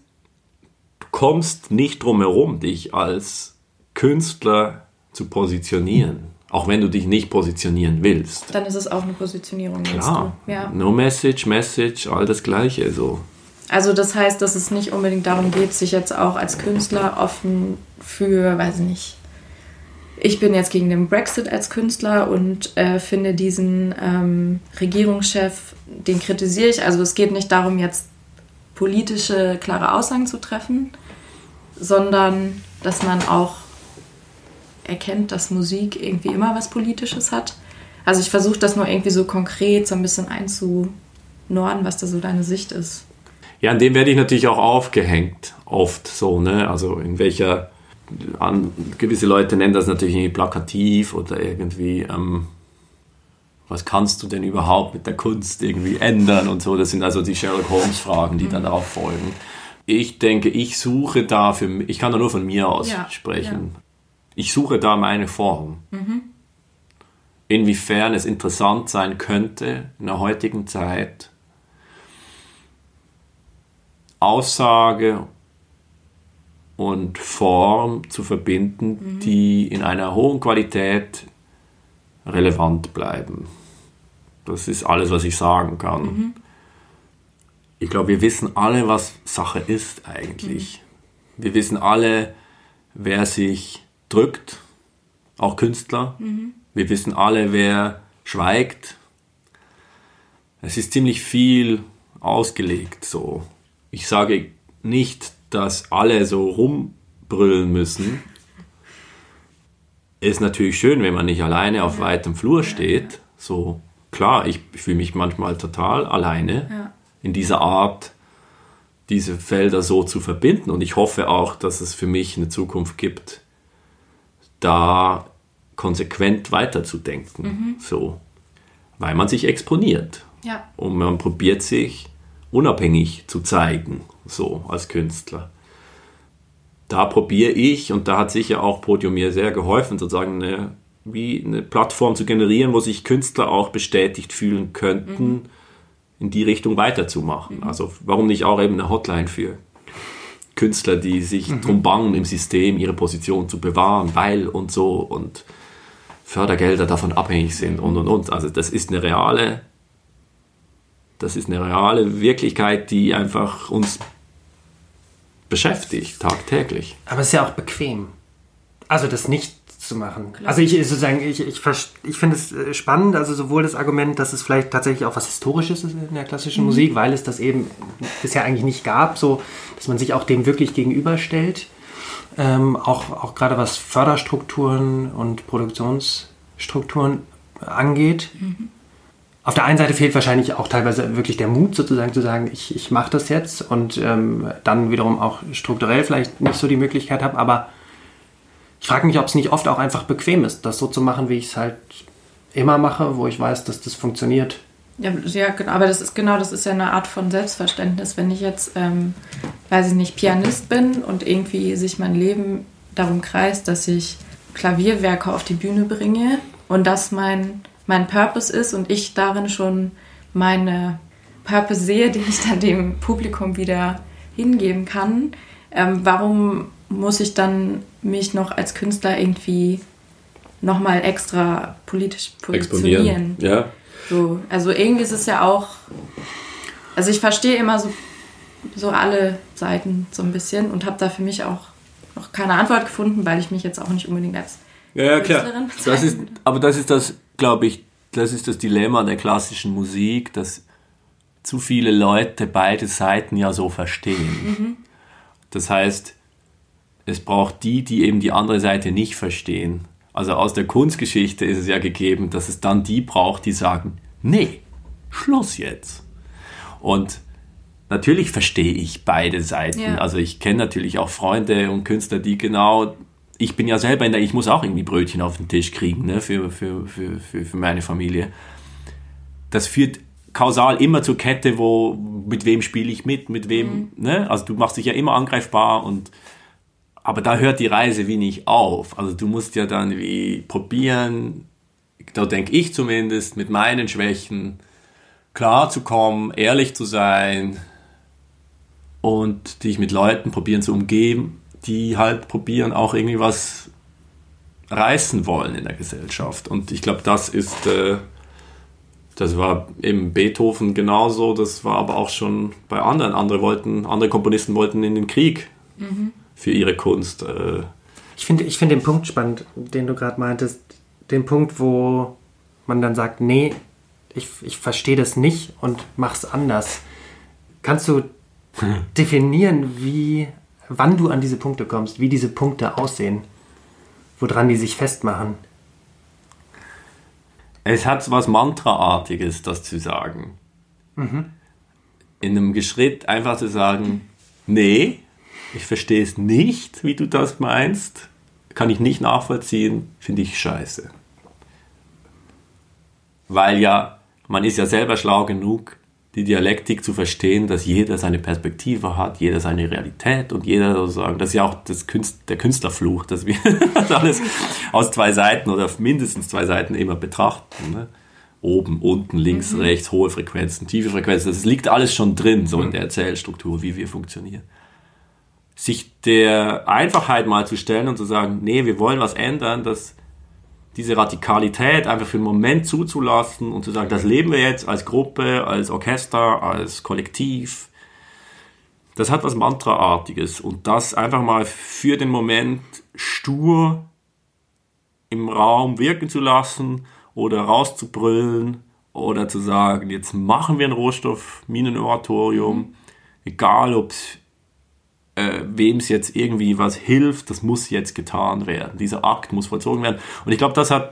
kommst nicht drum herum, dich als Künstler zu positionieren. Auch wenn du dich nicht positionieren willst. Dann ist es auch eine Positionierung. Klar, ja. No Message, all das Gleiche. So. Also das heißt, dass es nicht unbedingt darum geht, sich jetzt auch als Künstler offen für, weiß ich nicht, ich bin jetzt gegen den Brexit als Künstler und finde diesen Regierungschef, den kritisiere ich. Also es geht nicht darum, jetzt politische, klare Aussagen zu treffen, sondern dass man auch erkennt, dass Musik irgendwie immer was Politisches hat. Also ich versuche das nur irgendwie so konkret so ein bisschen einzunorden, was da so deine Sicht ist. Ja, an dem werde ich natürlich auch aufgehängt, oft so, ne? Also in welcher... gewisse Leute nennen das natürlich irgendwie plakativ oder irgendwie, was kannst du denn überhaupt mit der Kunst irgendwie ändern und so. Das sind also die Sherlock Holmes Fragen, die dann darauf folgen. Ich denke, ich suche da ich kann da nur von mir aus sprechen. Ja. Ich suche da meine Form. Inwiefern es interessant sein könnte, in der heutigen Zeit Aussage und Form zu verbinden, die in einer hohen Qualität relevant bleiben. Das ist alles, was ich sagen kann. Ich glaube, wir wissen alle, was Sache ist eigentlich. Wir wissen alle, wer sich drückt auch Künstler. Wir wissen alle, wer schweigt. Es ist ziemlich viel ausgelegt. So. Ich sage nicht, dass alle so rumbrüllen müssen. Ist natürlich schön, wenn man nicht alleine auf weitem Flur steht. So, klar, ich fühle mich manchmal total alleine in dieser Art, diese Felder so zu verbinden. Und ich hoffe auch, dass es für mich eine Zukunft gibt, da konsequent weiterzudenken. So, weil man sich exponiert. Ja. Und man probiert sich unabhängig zu zeigen, so als Künstler. Da probiere ich, und da hat sicher auch Podium mir sehr geholfen, sozusagen eine Plattform zu generieren, wo sich Künstler auch bestätigt fühlen könnten, in die Richtung weiterzumachen. Also warum nicht auch eben eine Hotline für Künstler, die sich drum bangen, im System ihre Position zu bewahren, weil und so und Fördergelder davon abhängig sind und. Also das ist eine reale Wirklichkeit, die einfach uns beschäftigt, tagtäglich. Aber es ist ja auch bequem. Also das nicht zu machen. Klar. Also ich finde es spannend, also sowohl das Argument, dass es vielleicht tatsächlich auch was Historisches ist in der klassischen Musik, weil es das eben bisher eigentlich nicht gab, so dass man sich auch dem wirklich gegenüberstellt. Auch gerade was Förderstrukturen und Produktionsstrukturen angeht. Auf der einen Seite fehlt wahrscheinlich auch teilweise wirklich der Mut, sozusagen zu sagen, ich mache das jetzt und dann wiederum auch strukturell vielleicht nicht so die Möglichkeit habe, aber ich frage mich, ob es nicht oft auch einfach bequem ist, das so zu machen, wie ich es halt immer mache, wo ich weiß, dass das funktioniert. Ja, aber das ist ja eine Art von Selbstverständnis. Wenn ich jetzt, weiß ich nicht, Pianist bin und irgendwie sich mein Leben darum kreist, dass ich Klavierwerke auf die Bühne bringe und das mein Purpose ist und ich darin schon meine Purpose sehe, den ich dann dem Publikum wieder hingeben kann, warum muss ich dann mich noch als Künstler irgendwie nochmal extra politisch positionieren? Ja. So, also irgendwie ist es ja auch, also ich verstehe immer so alle Seiten so ein bisschen und habe da für mich auch noch keine Antwort gefunden, weil ich mich jetzt auch nicht unbedingt als Künstlerin bezeichne. Aber das ist das, glaube ich, das ist das Dilemma der klassischen Musik, dass zu viele Leute beide Seiten ja so verstehen. Das heißt, es braucht die eben die andere Seite nicht verstehen. Also aus der Kunstgeschichte ist es ja gegeben, dass es dann die braucht, die sagen, nee, Schluss jetzt. Und natürlich verstehe ich beide Seiten. Ja. Also ich kenne natürlich auch Freunde und Künstler, die genau, ich bin ja selber ich muss auch irgendwie Brötchen auf den Tisch kriegen, ne, für meine Familie. Das führt kausal immer zur Kette, mit wem spiele ich mit wem, ne? Also du machst dich ja immer angreifbar aber da hört die Reise wie nicht auf. Also du musst ja dann wie probieren, da denke ich zumindest, mit meinen Schwächen klarzukommen, ehrlich zu sein und dich mit Leuten probieren zu umgeben, die halt probieren, auch irgendwie was reißen wollen in der Gesellschaft. Und ich glaube, das war eben Beethoven genauso, das war aber auch schon bei anderen. Andere Komponisten wollten in den Krieg für ihre Kunst. Ich finde den Punkt spannend, den du gerade meintest. Den Punkt, wo man dann sagt, nee, ich verstehe das nicht und mach's anders. Kannst du definieren, wann du an diese Punkte kommst, wie diese Punkte aussehen, woran die sich festmachen? Es hat was Mantraartiges, das zu sagen. In einem Schritt einfach zu sagen, nee, ich verstehe es nicht, wie du das meinst, kann ich nicht nachvollziehen, finde ich scheiße. Weil ja, man ist ja selber schlau genug, die Dialektik zu verstehen, dass jeder seine Perspektive hat, jeder seine Realität und jeder sozusagen, das ist ja auch der Künstlerfluch, dass wir das alles aus 2 Seiten oder mindestens 2 Seiten immer betrachten. Ne? Oben, unten, links, rechts, hohe Frequenzen, tiefe Frequenzen, das liegt alles schon drin, so in der Erzählstruktur, wie wir funktionieren. Sich der Einfachheit mal zu stellen und zu sagen, nee, wir wollen was ändern, dass diese Radikalität einfach für einen Moment zuzulassen und zu sagen, das leben wir jetzt als Gruppe, als Orchester, als Kollektiv. Das hat was Mantraartiges und das einfach mal für den Moment stur im Raum wirken zu lassen oder rauszubrüllen oder zu sagen, jetzt machen wir ein Rohstoffminenatorium, egal ob wem es jetzt irgendwie was hilft, das muss jetzt getan werden. Dieser Akt muss vollzogen werden. Und ich glaube, das ist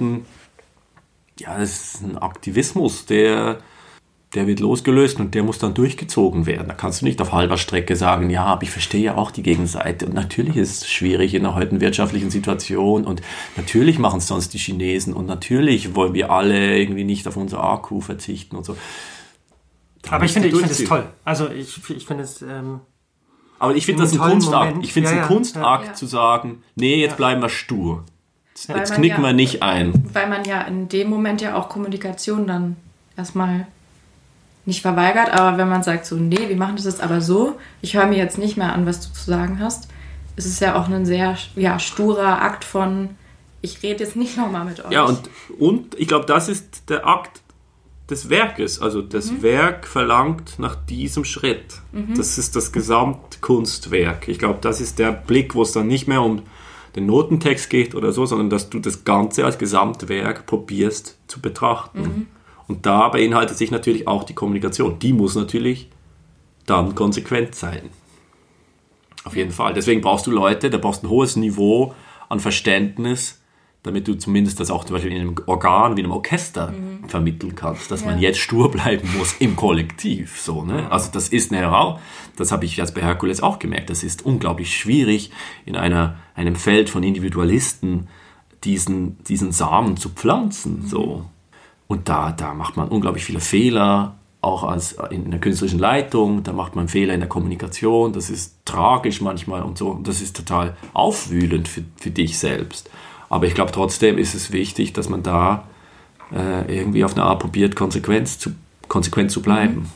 ein Aktivismus, der wird losgelöst und der muss dann durchgezogen werden. Da kannst du nicht auf halber Strecke sagen, ja, aber ich verstehe ja auch die Gegenseite. Und natürlich ist es schwierig in der heutigen wirtschaftlichen Situation und natürlich machen es sonst die Chinesen und natürlich wollen wir alle irgendwie nicht auf unser Akku verzichten und so. Aber ich finde es toll. Also ich finde es... aber ich finde das ein Kunstakt. Moment. Ich finde es ein Kunstakt zu sagen, nee, jetzt bleiben wir stur. Jetzt knicken wir nicht ein. Weil man ja in dem Moment ja auch Kommunikation dann erstmal nicht verweigert, aber wenn man sagt so, nee, wir machen das jetzt aber so, ich höre mir jetzt nicht mehr an, was du zu sagen hast, ist es ja auch ein sehr sturer Akt von, ich rede jetzt nicht nochmal mit euch. Ja, und ich glaube, das ist der Akt des Werkes. Also das Werk verlangt nach diesem Schritt. Das ist das Gesamtkunstwerk. Ich glaube, das ist der Blick, wo es dann nicht mehr um den Notentext geht oder so, sondern dass du das Ganze als Gesamtwerk probierst zu betrachten. Und da beinhaltet sich natürlich auch die Kommunikation. Die muss natürlich dann konsequent sein. Auf jeden Fall. Deswegen brauchst du Leute, da brauchst du ein hohes Niveau an Verständnis, damit du zumindest das auch zum Beispiel in einem Organ wie einem Orchester vermitteln kannst, dass man jetzt stur bleiben muss im Kollektiv. So, ne? Also das ist das habe ich jetzt bei Herkules auch gemerkt, das ist unglaublich schwierig, in einem Feld von Individualisten diesen Samen zu pflanzen. So. Und da macht man unglaublich viele Fehler, auch in der künstlerischen Leitung, da macht man Fehler in der Kommunikation, das ist tragisch manchmal und so, und das ist total aufwühlend für dich selbst. Aber ich glaube, trotzdem ist es wichtig, dass man da irgendwie auf eine Art probiert, konsequent zu bleiben.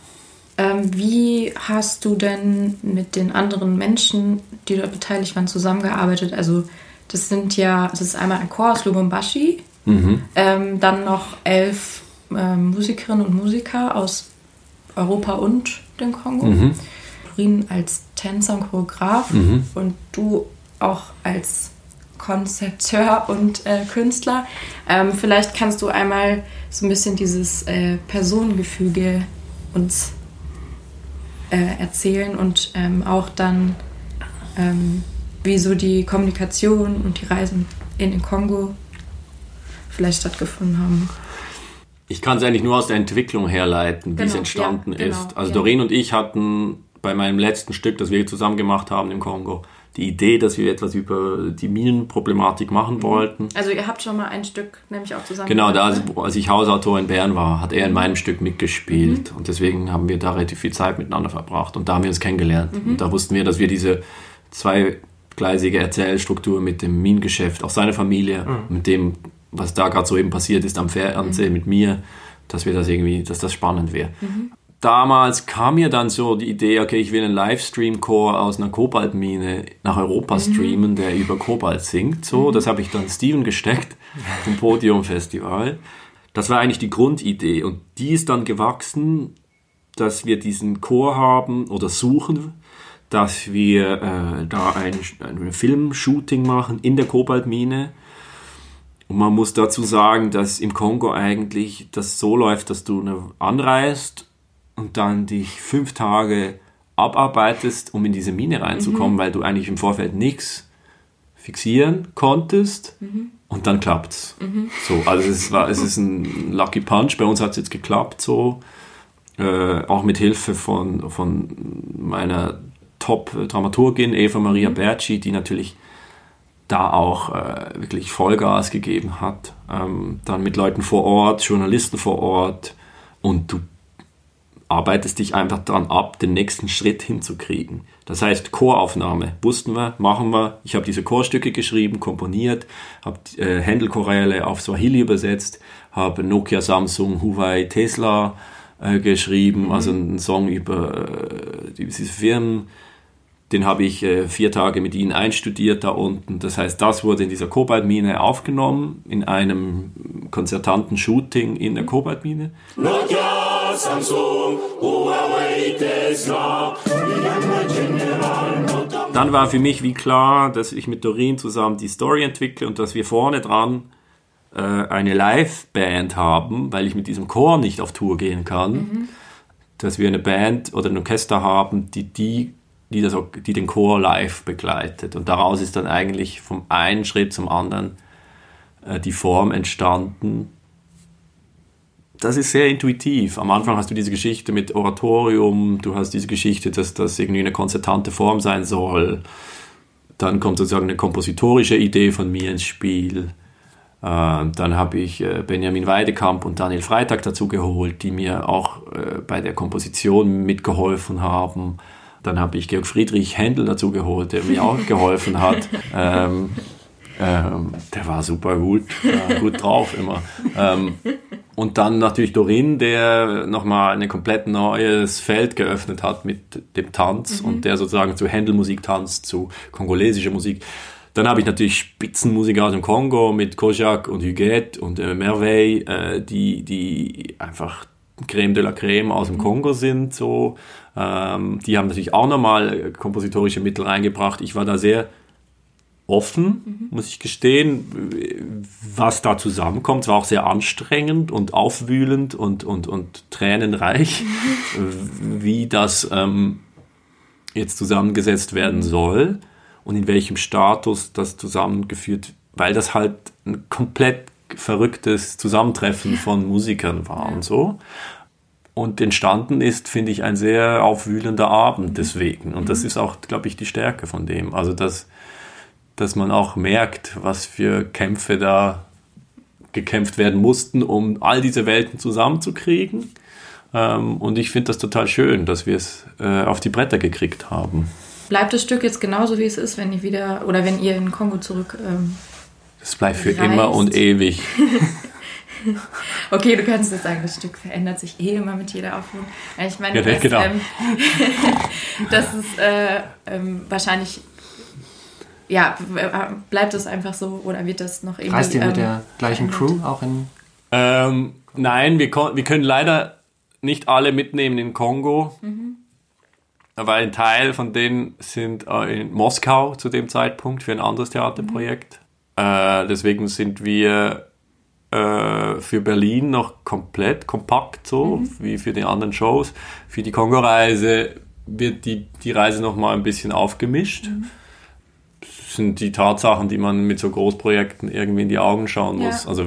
Wie hast du denn mit den anderen Menschen, die dort beteiligt waren, zusammengearbeitet? Also das ist einmal ein Chor aus Lubumbashi, dann noch 11 Musikerinnen und Musiker aus Europa und dem Kongo. Doreen als Tänzer und Choreograf und du auch als Konzepteur und Künstler. Vielleicht kannst du einmal so ein bisschen dieses Personengefüge uns erzählen und auch dann, wie so die Kommunikation und die Reisen in den Kongo vielleicht stattgefunden haben. Ich kann es eigentlich nur aus der Entwicklung herleiten, wie es entstanden ist. Also Doreen und ich hatten bei meinem letzten Stück, das wir zusammen gemacht haben im Kongo, die Idee, dass wir etwas über die Minenproblematik machen wollten. Also ihr habt schon mal ein Stück nämlich auch zusammen gemacht. Genau, gemacht, als ich Hausautor in Bern war, hat er in meinem Stück mitgespielt. Und deswegen haben wir da relativ viel Zeit miteinander verbracht. Und da haben wir uns kennengelernt. Und da wussten wir, dass wir diese zweigleisige Erzählstruktur mit dem Minengeschäft, auch seine Familie, mit dem, was da gerade so eben passiert ist am Fernsehen mit mir, dass das spannend wäre. Damals kam mir dann so die Idee, okay, ich will einen Livestream-Chor aus einer Kobaltmine nach Europa streamen, der über Kobalt singt. So, das habe ich dann Steven gesteckt vom Podium-Festival. Das war eigentlich die Grundidee und die ist dann gewachsen, dass wir diesen Chor haben oder suchen, dass wir da ein Filmshooting machen in der Kobaltmine. Und man muss dazu sagen, dass im Kongo eigentlich das so läuft, dass du anreist und dann dich 5 Tage abarbeitest, um in diese Mine reinzukommen, weil du eigentlich im Vorfeld nichts fixieren konntest und dann klappt's. So, also es ist ein Lucky Punch. Bei uns hat es jetzt geklappt, so auch mit Hilfe von meiner Top-Dramaturgin Eva Maria Berci, die natürlich da auch wirklich Vollgas gegeben hat. Dann mit Leuten vor Ort, Journalisten vor Ort, und du arbeitest dich einfach daran ab, den nächsten Schritt hinzukriegen. Das heißt, Choraufnahme, wussten wir, machen wir. Ich habe diese Chorstücke geschrieben, komponiert, habe Händel-Choräle auf Swahili übersetzt, habe Nokia, Samsung, Huawei, Tesla geschrieben, also einen Song über diese Firmen. Den habe ich 4 Tage mit ihnen einstudiert da unten. Das heißt, das wurde in dieser Kobaltmine aufgenommen, in einem konzertanten Shooting in der Kobaltmine. Nokia, Samsung, Huawei, Tesla. Dann war für mich wie klar, dass ich mit Doreen zusammen die Story entwickle und dass wir vorne dran eine Live-Band haben, weil ich mit diesem Chor nicht auf Tour gehen kann, dass wir eine Band oder ein Orchester haben, die den Chor live begleitet. Und daraus ist dann eigentlich vom einen Schritt zum anderen die Form entstanden. Das ist sehr intuitiv. Am Anfang hast du diese Geschichte mit Oratorium, du hast diese Geschichte, dass das irgendwie eine konzertante Form sein soll. Dann kommt sozusagen eine kompositorische Idee von mir ins Spiel. Dann habe ich Benjamin Weidekamp und Daniel Freitag dazu geholt, die mir auch bei der Komposition mitgeholfen haben. Dann habe ich Georg Friedrich Händel dazu geholt, der mir auch geholfen hat. Der war super gut drauf immer. Und dann natürlich Dorin, der nochmal ein komplett neues Feld geöffnet hat mit dem Tanz und der sozusagen zu Händel-Musik tanzt, zu kongolesischer Musik. Dann habe ich natürlich Spitzenmusiker aus dem Kongo mit Kojak und Huguette und Merveille, die einfach Creme de la Creme aus dem Kongo sind. So. Die haben natürlich auch nochmal kompositorische Mittel reingebracht. Ich war da sehr offen, muss ich gestehen, was da zusammenkommt. Es war auch sehr anstrengend und aufwühlend und tränenreich, wie das jetzt zusammengesetzt werden soll und in welchem Status das zusammengeführt, weil das halt ein komplett verrücktes Zusammentreffen von Musikern war und so. Und entstanden ist, finde ich, ein sehr aufwühlender Abend deswegen. Und das ist auch, glaube ich, die Stärke von dem. Also, dass man auch merkt, was für Kämpfe da gekämpft werden mussten, um all diese Welten zusammenzukriegen. Und ich finde das total schön, dass wir es auf die Bretter gekriegt haben. Bleibt das Stück jetzt genauso, wie es ist, wenn ihr in Kongo zurück es bleibt für immer und ewig. Okay, du kannst jetzt sagen, das Stück verändert sich immer mit jeder Aufführung. Ich meine, ja, genau. Das ist wahrscheinlich... Ja, bleibt es einfach so oder wird das noch irgendwie... Reist ihr mit der gleichen Crew auch in... Nein, wir können leider nicht alle mitnehmen in Kongo, weil ein Teil von denen sind in Moskau zu dem Zeitpunkt für ein anderes Theaterprojekt. Deswegen sind wir für Berlin noch komplett kompakt so, wie für die anderen Shows. Für die Kongo-Reise wird die Reise noch mal ein bisschen aufgemischt. Das sind die Tatsachen, die man mit so Großprojekten irgendwie in die Augen schauen muss. Ja. Also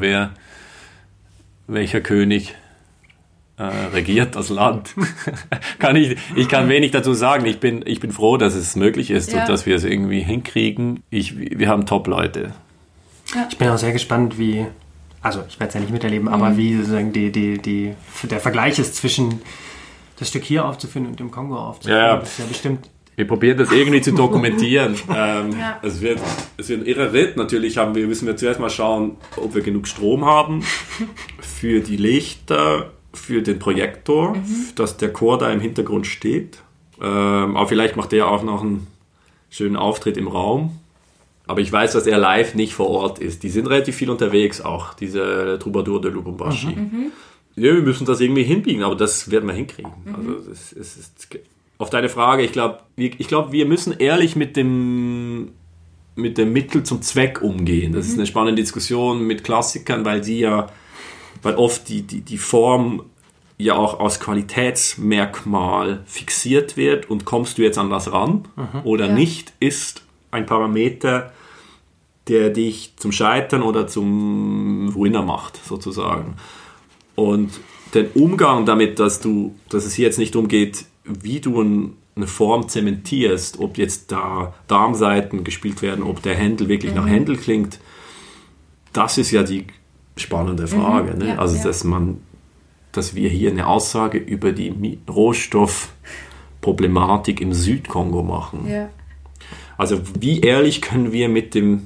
welcher König regiert das Land? Ich kann wenig dazu sagen. Ich bin froh, dass es möglich ist und dass wir es irgendwie hinkriegen. Wir haben Top-Leute. Ja. Ich bin auch sehr gespannt, also ich werde es ja nicht miterleben, aber wie sozusagen der Vergleich ist zwischen das Stück hier aufzuführen und im Kongo aufzuführen. Ja. Das ist ja bestimmt... Wir probieren das irgendwie zu dokumentieren. Es wird ein irrer Ritt. Natürlich müssen wir zuerst mal schauen, ob wir genug Strom haben für die Lichter, für den Projektor, dass der Chor da im Hintergrund steht. Aber vielleicht macht der auch noch einen schönen Auftritt im Raum. Aber ich weiß, dass er live nicht vor Ort ist. Die sind relativ viel unterwegs auch, diese Troubadour de Lubumbashi. Ja, wir müssen das irgendwie hinbiegen, aber das werden wir hinkriegen. Also es ist... Auf deine Frage, ich glaube, wir müssen ehrlich mit dem Mittel zum Zweck umgehen. Das ist eine spannende Diskussion mit Klassikern, weil oft die Form ja auch als Qualitätsmerkmal fixiert wird und kommst du jetzt an was ran oder nicht, ist ein Parameter, der dich zum Scheitern oder zum Winner macht, sozusagen. Und den Umgang damit, dass es hier jetzt nicht darum geht, wie du eine Form zementierst, ob jetzt da Darmsaiten gespielt werden, ob der Händel wirklich nach Händel klingt, das ist ja die spannende Frage. Ne? Also, dass wir hier eine Aussage über die Rohstoffproblematik im Südkongo machen. Ja. Also, wie ehrlich können wir mit dem,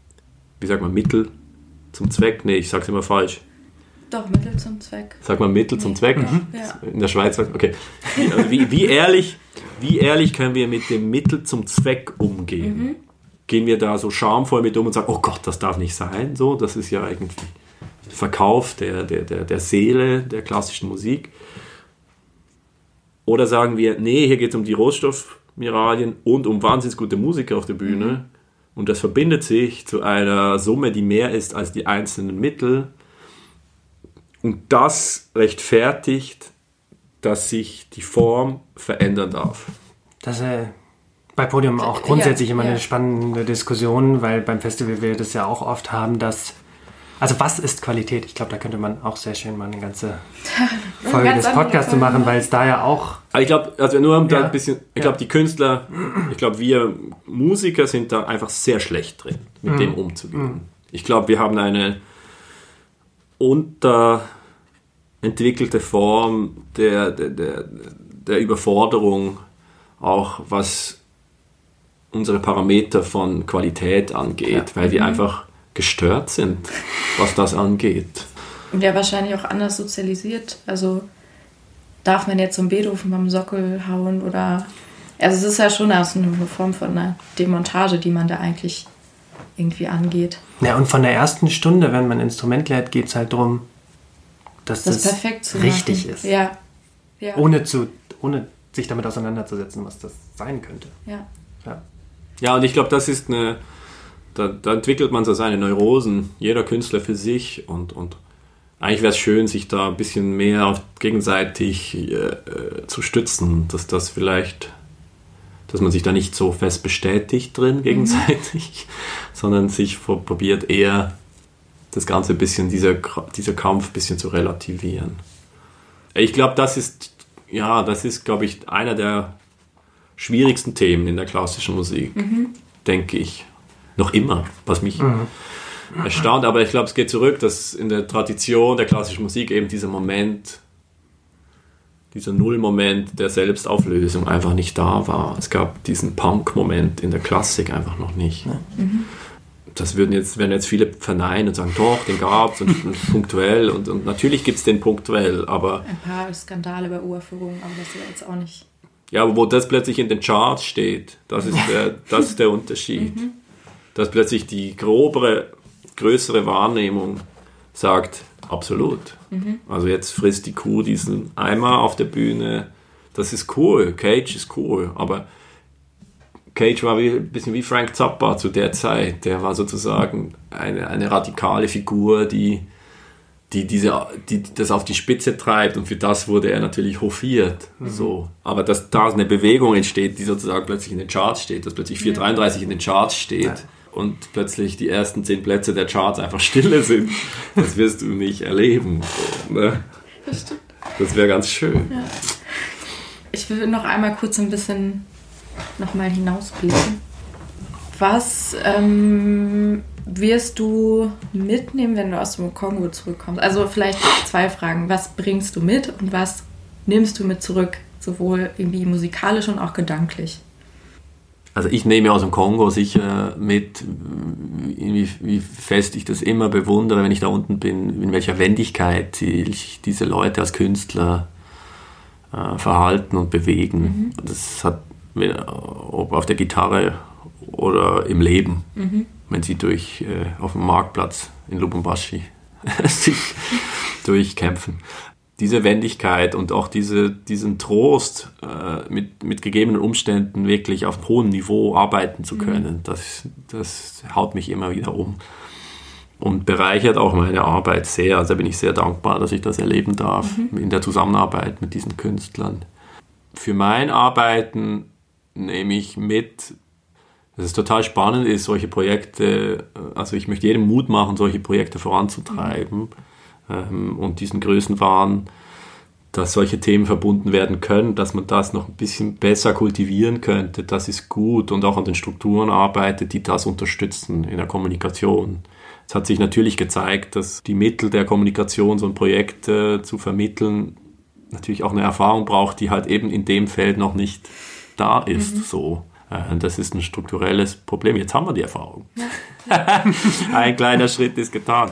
Mittel zum Zweck, ich sag's immer falsch. Doch, Mittel zum Zweck. Sag mal Mittel zum Zweck? Ja. In der Schweiz sagt okay. Also wie ehrlich können wir mit dem Mittel zum Zweck umgehen? Gehen wir da so schamvoll mit und sagen, oh Gott, das darf nicht sein? So, das ist ja irgendwie Verkauf der Seele der klassischen Musik. Oder sagen wir, nee, hier geht es um die Rohstoffmineralien und um wahnsinnig gute Musiker auf der Bühne. und das verbindet sich zu einer Summe, die mehr ist als die einzelnen Mittel. Und das rechtfertigt, dass sich die Form verändern darf. Das ist bei Podium auch grundsätzlich immer eine spannende Diskussion, weil beim Festival wir das ja auch oft haben, dass... Also was ist Qualität? Ich glaube, da könnte man auch sehr schön mal eine ganze Folge des Podcasts machen, weil es da ja auch... Also ich glaube, also nur um da ein bisschen... Ich glaube, die Künstler, ich glaube, wir Musiker sind da einfach sehr schlecht drin, mit dem umzugehen. Ich glaube, wir haben eine unterentwickelte Form der Überforderung, auch was unsere Parameter von Qualität angeht, weil wir einfach gestört sind, was das angeht. Und ja, wahrscheinlich auch anders sozialisiert. Also darf man jetzt so einen Beethoven beim Sockel hauen oder... Also es ist ja schon eine Form von einer Demontage, die man da eigentlich irgendwie angeht. Ja, und von der ersten Stunde, wenn man ein Instrument lernt, geht es halt darum, dass das perfekt zu richtig machen. ist. Ja. Ohne sich damit auseinanderzusetzen, was das sein könnte. Ja, und ich glaube, das ist eine... Da entwickelt man so seine Neurosen, jeder Künstler für sich und eigentlich wäre es schön, sich da ein bisschen mehr gegenseitig zu stützen, dass man sich da nicht so fest bestätigt drin gegenseitig, sondern sich probiert eher das Ganze ein bisschen, dieser Kampf ein bisschen zu relativieren. Ich glaube, das ist, glaube ich, einer der schwierigsten Themen in der klassischen Musik, denke ich. Noch immer, was mich erstaunt. Aber ich glaube, es geht zurück, dass in der Tradition der klassischen Musik eben dieser Nullmoment der Selbstauflösung einfach nicht da war. Es gab diesen Punk-Moment in der Klassik einfach noch nicht. Das werden jetzt viele verneinen und sagen, doch, den gab es und punktuell. Und natürlich gibt es den punktuell, aber... Ein paar Skandale bei Uraufführungen, aber das ist ja jetzt auch nicht... Ja, aber wo das plötzlich in den Charts steht, das ist der Unterschied. Dass plötzlich die größere Wahrnehmung sagt, absolut. Also jetzt frisst die Kuh diesen Eimer auf der Bühne. Das ist cool, Cage ist cool. Aber Cage war ein bisschen wie Frank Zappa zu der Zeit. Der war sozusagen eine radikale Figur, die das auf die Spitze treibt, und für das wurde er natürlich hofiert. So. Aber dass da eine Bewegung entsteht, die sozusagen plötzlich in den Charts steht, dass plötzlich 433 in den Charts steht und plötzlich die ersten 10 Plätze der Charts einfach stille sind, das wirst du nicht erleben. So, ne? Das stimmt. Das wäre ganz schön. Ja. Ich will noch einmal kurz ein bisschen nochmal hinausblicken. Was wirst du mitnehmen, wenn du aus dem Kongo zurückkommst? Also vielleicht 2 Fragen. Was bringst du mit und was nimmst du mit zurück? Sowohl irgendwie musikalisch und auch gedanklich. Also ich nehme aus dem Kongo sicher mit, wie fest ich das immer bewundere, wenn ich da unten bin, in welcher Wendigkeit sich diese Leute als Künstler verhalten und bewegen. Das hat, ob auf der Gitarre oder im Leben, wenn sie auf dem Marktplatz in Lubumbashi sich durchkämpfen. Diese Wendigkeit und auch diesen Trost, mit gegebenen Umständen wirklich auf hohem Niveau arbeiten zu können, das haut mich immer wieder um und bereichert auch meine Arbeit sehr. Also da bin ich sehr dankbar, dass ich das erleben darf in der Zusammenarbeit mit diesen Künstlern. Für mein Arbeiten nehme ich mit, dass es total spannend ist, solche Projekte, also ich möchte jedem Mut machen, solche Projekte voranzutreiben. Und diesen Größenwahn, dass solche Themen verbunden werden können, dass man das noch ein bisschen besser kultivieren könnte, das ist gut, und auch an den Strukturen arbeitet, die das unterstützen in der Kommunikation. Es hat sich natürlich gezeigt, dass die Mittel der Kommunikation, so ein Projekt zu vermitteln, natürlich auch eine Erfahrung braucht, die halt eben in dem Feld noch nicht da ist. So. Das ist ein strukturelles Problem. Jetzt haben wir die Erfahrung. Ein kleiner Schritt ist getan.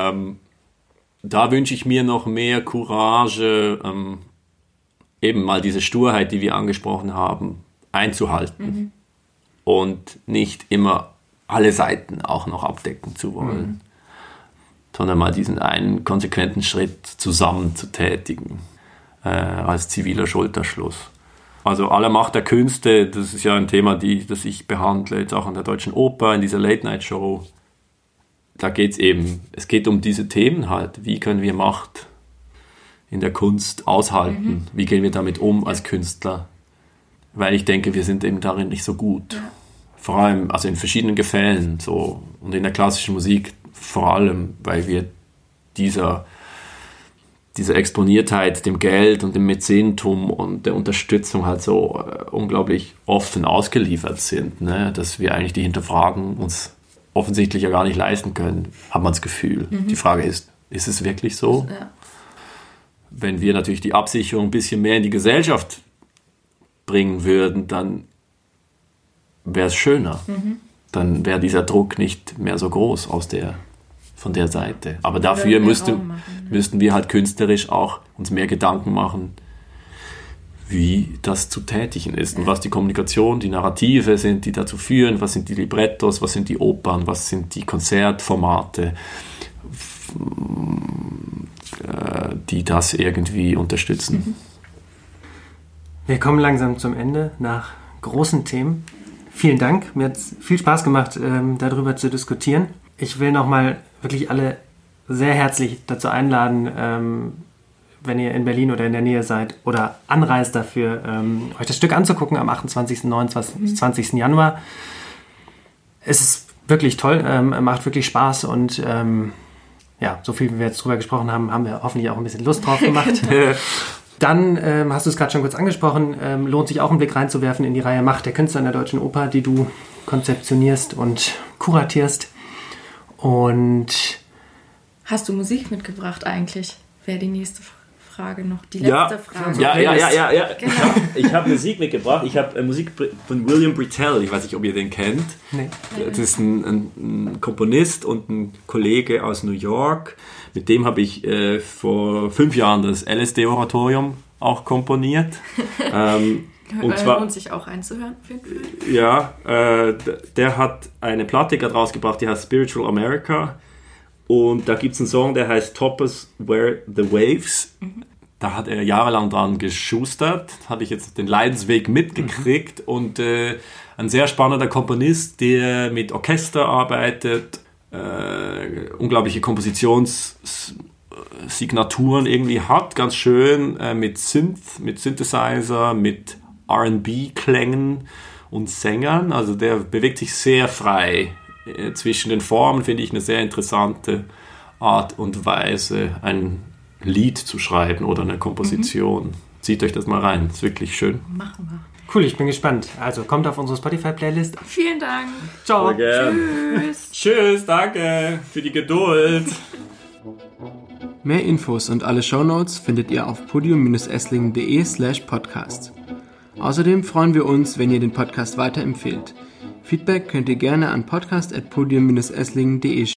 Da wünsche ich mir noch mehr Courage, eben mal diese Sturheit, die wir angesprochen haben, einzuhalten und nicht immer alle Seiten auch noch abdecken zu wollen, sondern mal diesen einen konsequenten Schritt zusammen zu tätigen, als ziviler Schulterschluss. Also Aller Macht der Künste, das ist ja ein Thema, das ich behandle, jetzt auch an der Deutschen Oper, in dieser Late-Night-Show. Da es geht um diese Themen halt. Wie können wir Macht in der Kunst aushalten? Wie gehen wir damit um als Künstler? Weil ich denke, wir sind eben darin nicht so gut. Ja. Vor allem, also in verschiedenen Gefällen so. Und in der klassischen Musik vor allem, weil wir dieser Exponiertheit, dem Geld und dem Mäzenentum und der Unterstützung halt so unglaublich offen ausgeliefert sind, ne? Dass wir eigentlich die Hinterfragen uns offensichtlich ja gar nicht leisten können, hat man das Gefühl. Die Frage ist es wirklich so? Ja. Wenn wir natürlich die Absicherung ein bisschen mehr in die Gesellschaft bringen würden, dann wäre es schöner. Dann wäre dieser Druck nicht mehr so groß von der Seite. Aber dafür müssten wir halt künstlerisch auch uns mehr Gedanken machen, wie das zu tätigen ist und was die Kommunikation, die Narrative sind, die dazu führen, was sind die Librettos, was sind die Opern, was sind die Konzertformate, die das irgendwie unterstützen. Wir kommen langsam zum Ende nach großen Themen. Vielen Dank, mir hat es viel Spaß gemacht, darüber zu diskutieren. Ich will nochmal wirklich alle sehr herzlich dazu einladen, wenn ihr in Berlin oder in der Nähe seid oder anreist dafür, euch das Stück anzugucken am 28. und 29. Januar. Es ist wirklich toll, macht wirklich Spaß und so viel wie wir jetzt drüber gesprochen haben, haben wir hoffentlich auch ein bisschen Lust drauf gemacht. Dann, hast du es gerade schon kurz angesprochen, lohnt sich auch einen Blick reinzuwerfen in die Reihe Macht der Künstler in der Deutschen Oper, die du konzeptionierst und kuratierst. Und hast du Musik mitgebracht eigentlich? Wäre die nächste Frage noch. Die letzte Frage. Ja. Genau. Ich habe Musik mitgebracht. Ich habe Musik von William Brittell. Ich weiß nicht, ob ihr den kennt. Nee. Das ist ein Komponist und ein Kollege aus New York. Mit dem habe ich vor 5 Jahren das LSD-Oratorium auch komponiert. Und zwar lohnt sich auch einzuhören. Ja, der hat eine Platte gerade rausgebracht, die heißt Spiritual America. Und da gibt es einen Song, der heißt Toppers Were the Waves. Da hat er jahrelang dran geschustert. Habe ich jetzt den Leidensweg mitgekriegt. Und ein sehr spannender Komponist, der mit Orchester arbeitet, unglaubliche Kompositionssignaturen irgendwie hat. Ganz schön mit Synthesizer, mit R&B-Klängen und Sängern. Also der bewegt sich sehr frei zwischen den Formen, finde ich eine sehr interessante Art und Weise, ein Lied zu schreiben oder eine Komposition. Zieht euch das mal rein, ist wirklich schön. Machen wir. Cool, ich bin gespannt. Also kommt auf unsere Spotify-Playlist. Vielen Dank. Ciao. Tschüss. Tschüss, danke für die Geduld. Mehr Infos und alle Shownotes findet ihr auf podium-esslingen.de/podcast. Außerdem freuen wir uns, wenn ihr den Podcast weiterempfehlt. Feedback könnt ihr gerne an podcast@podium-esslingen.de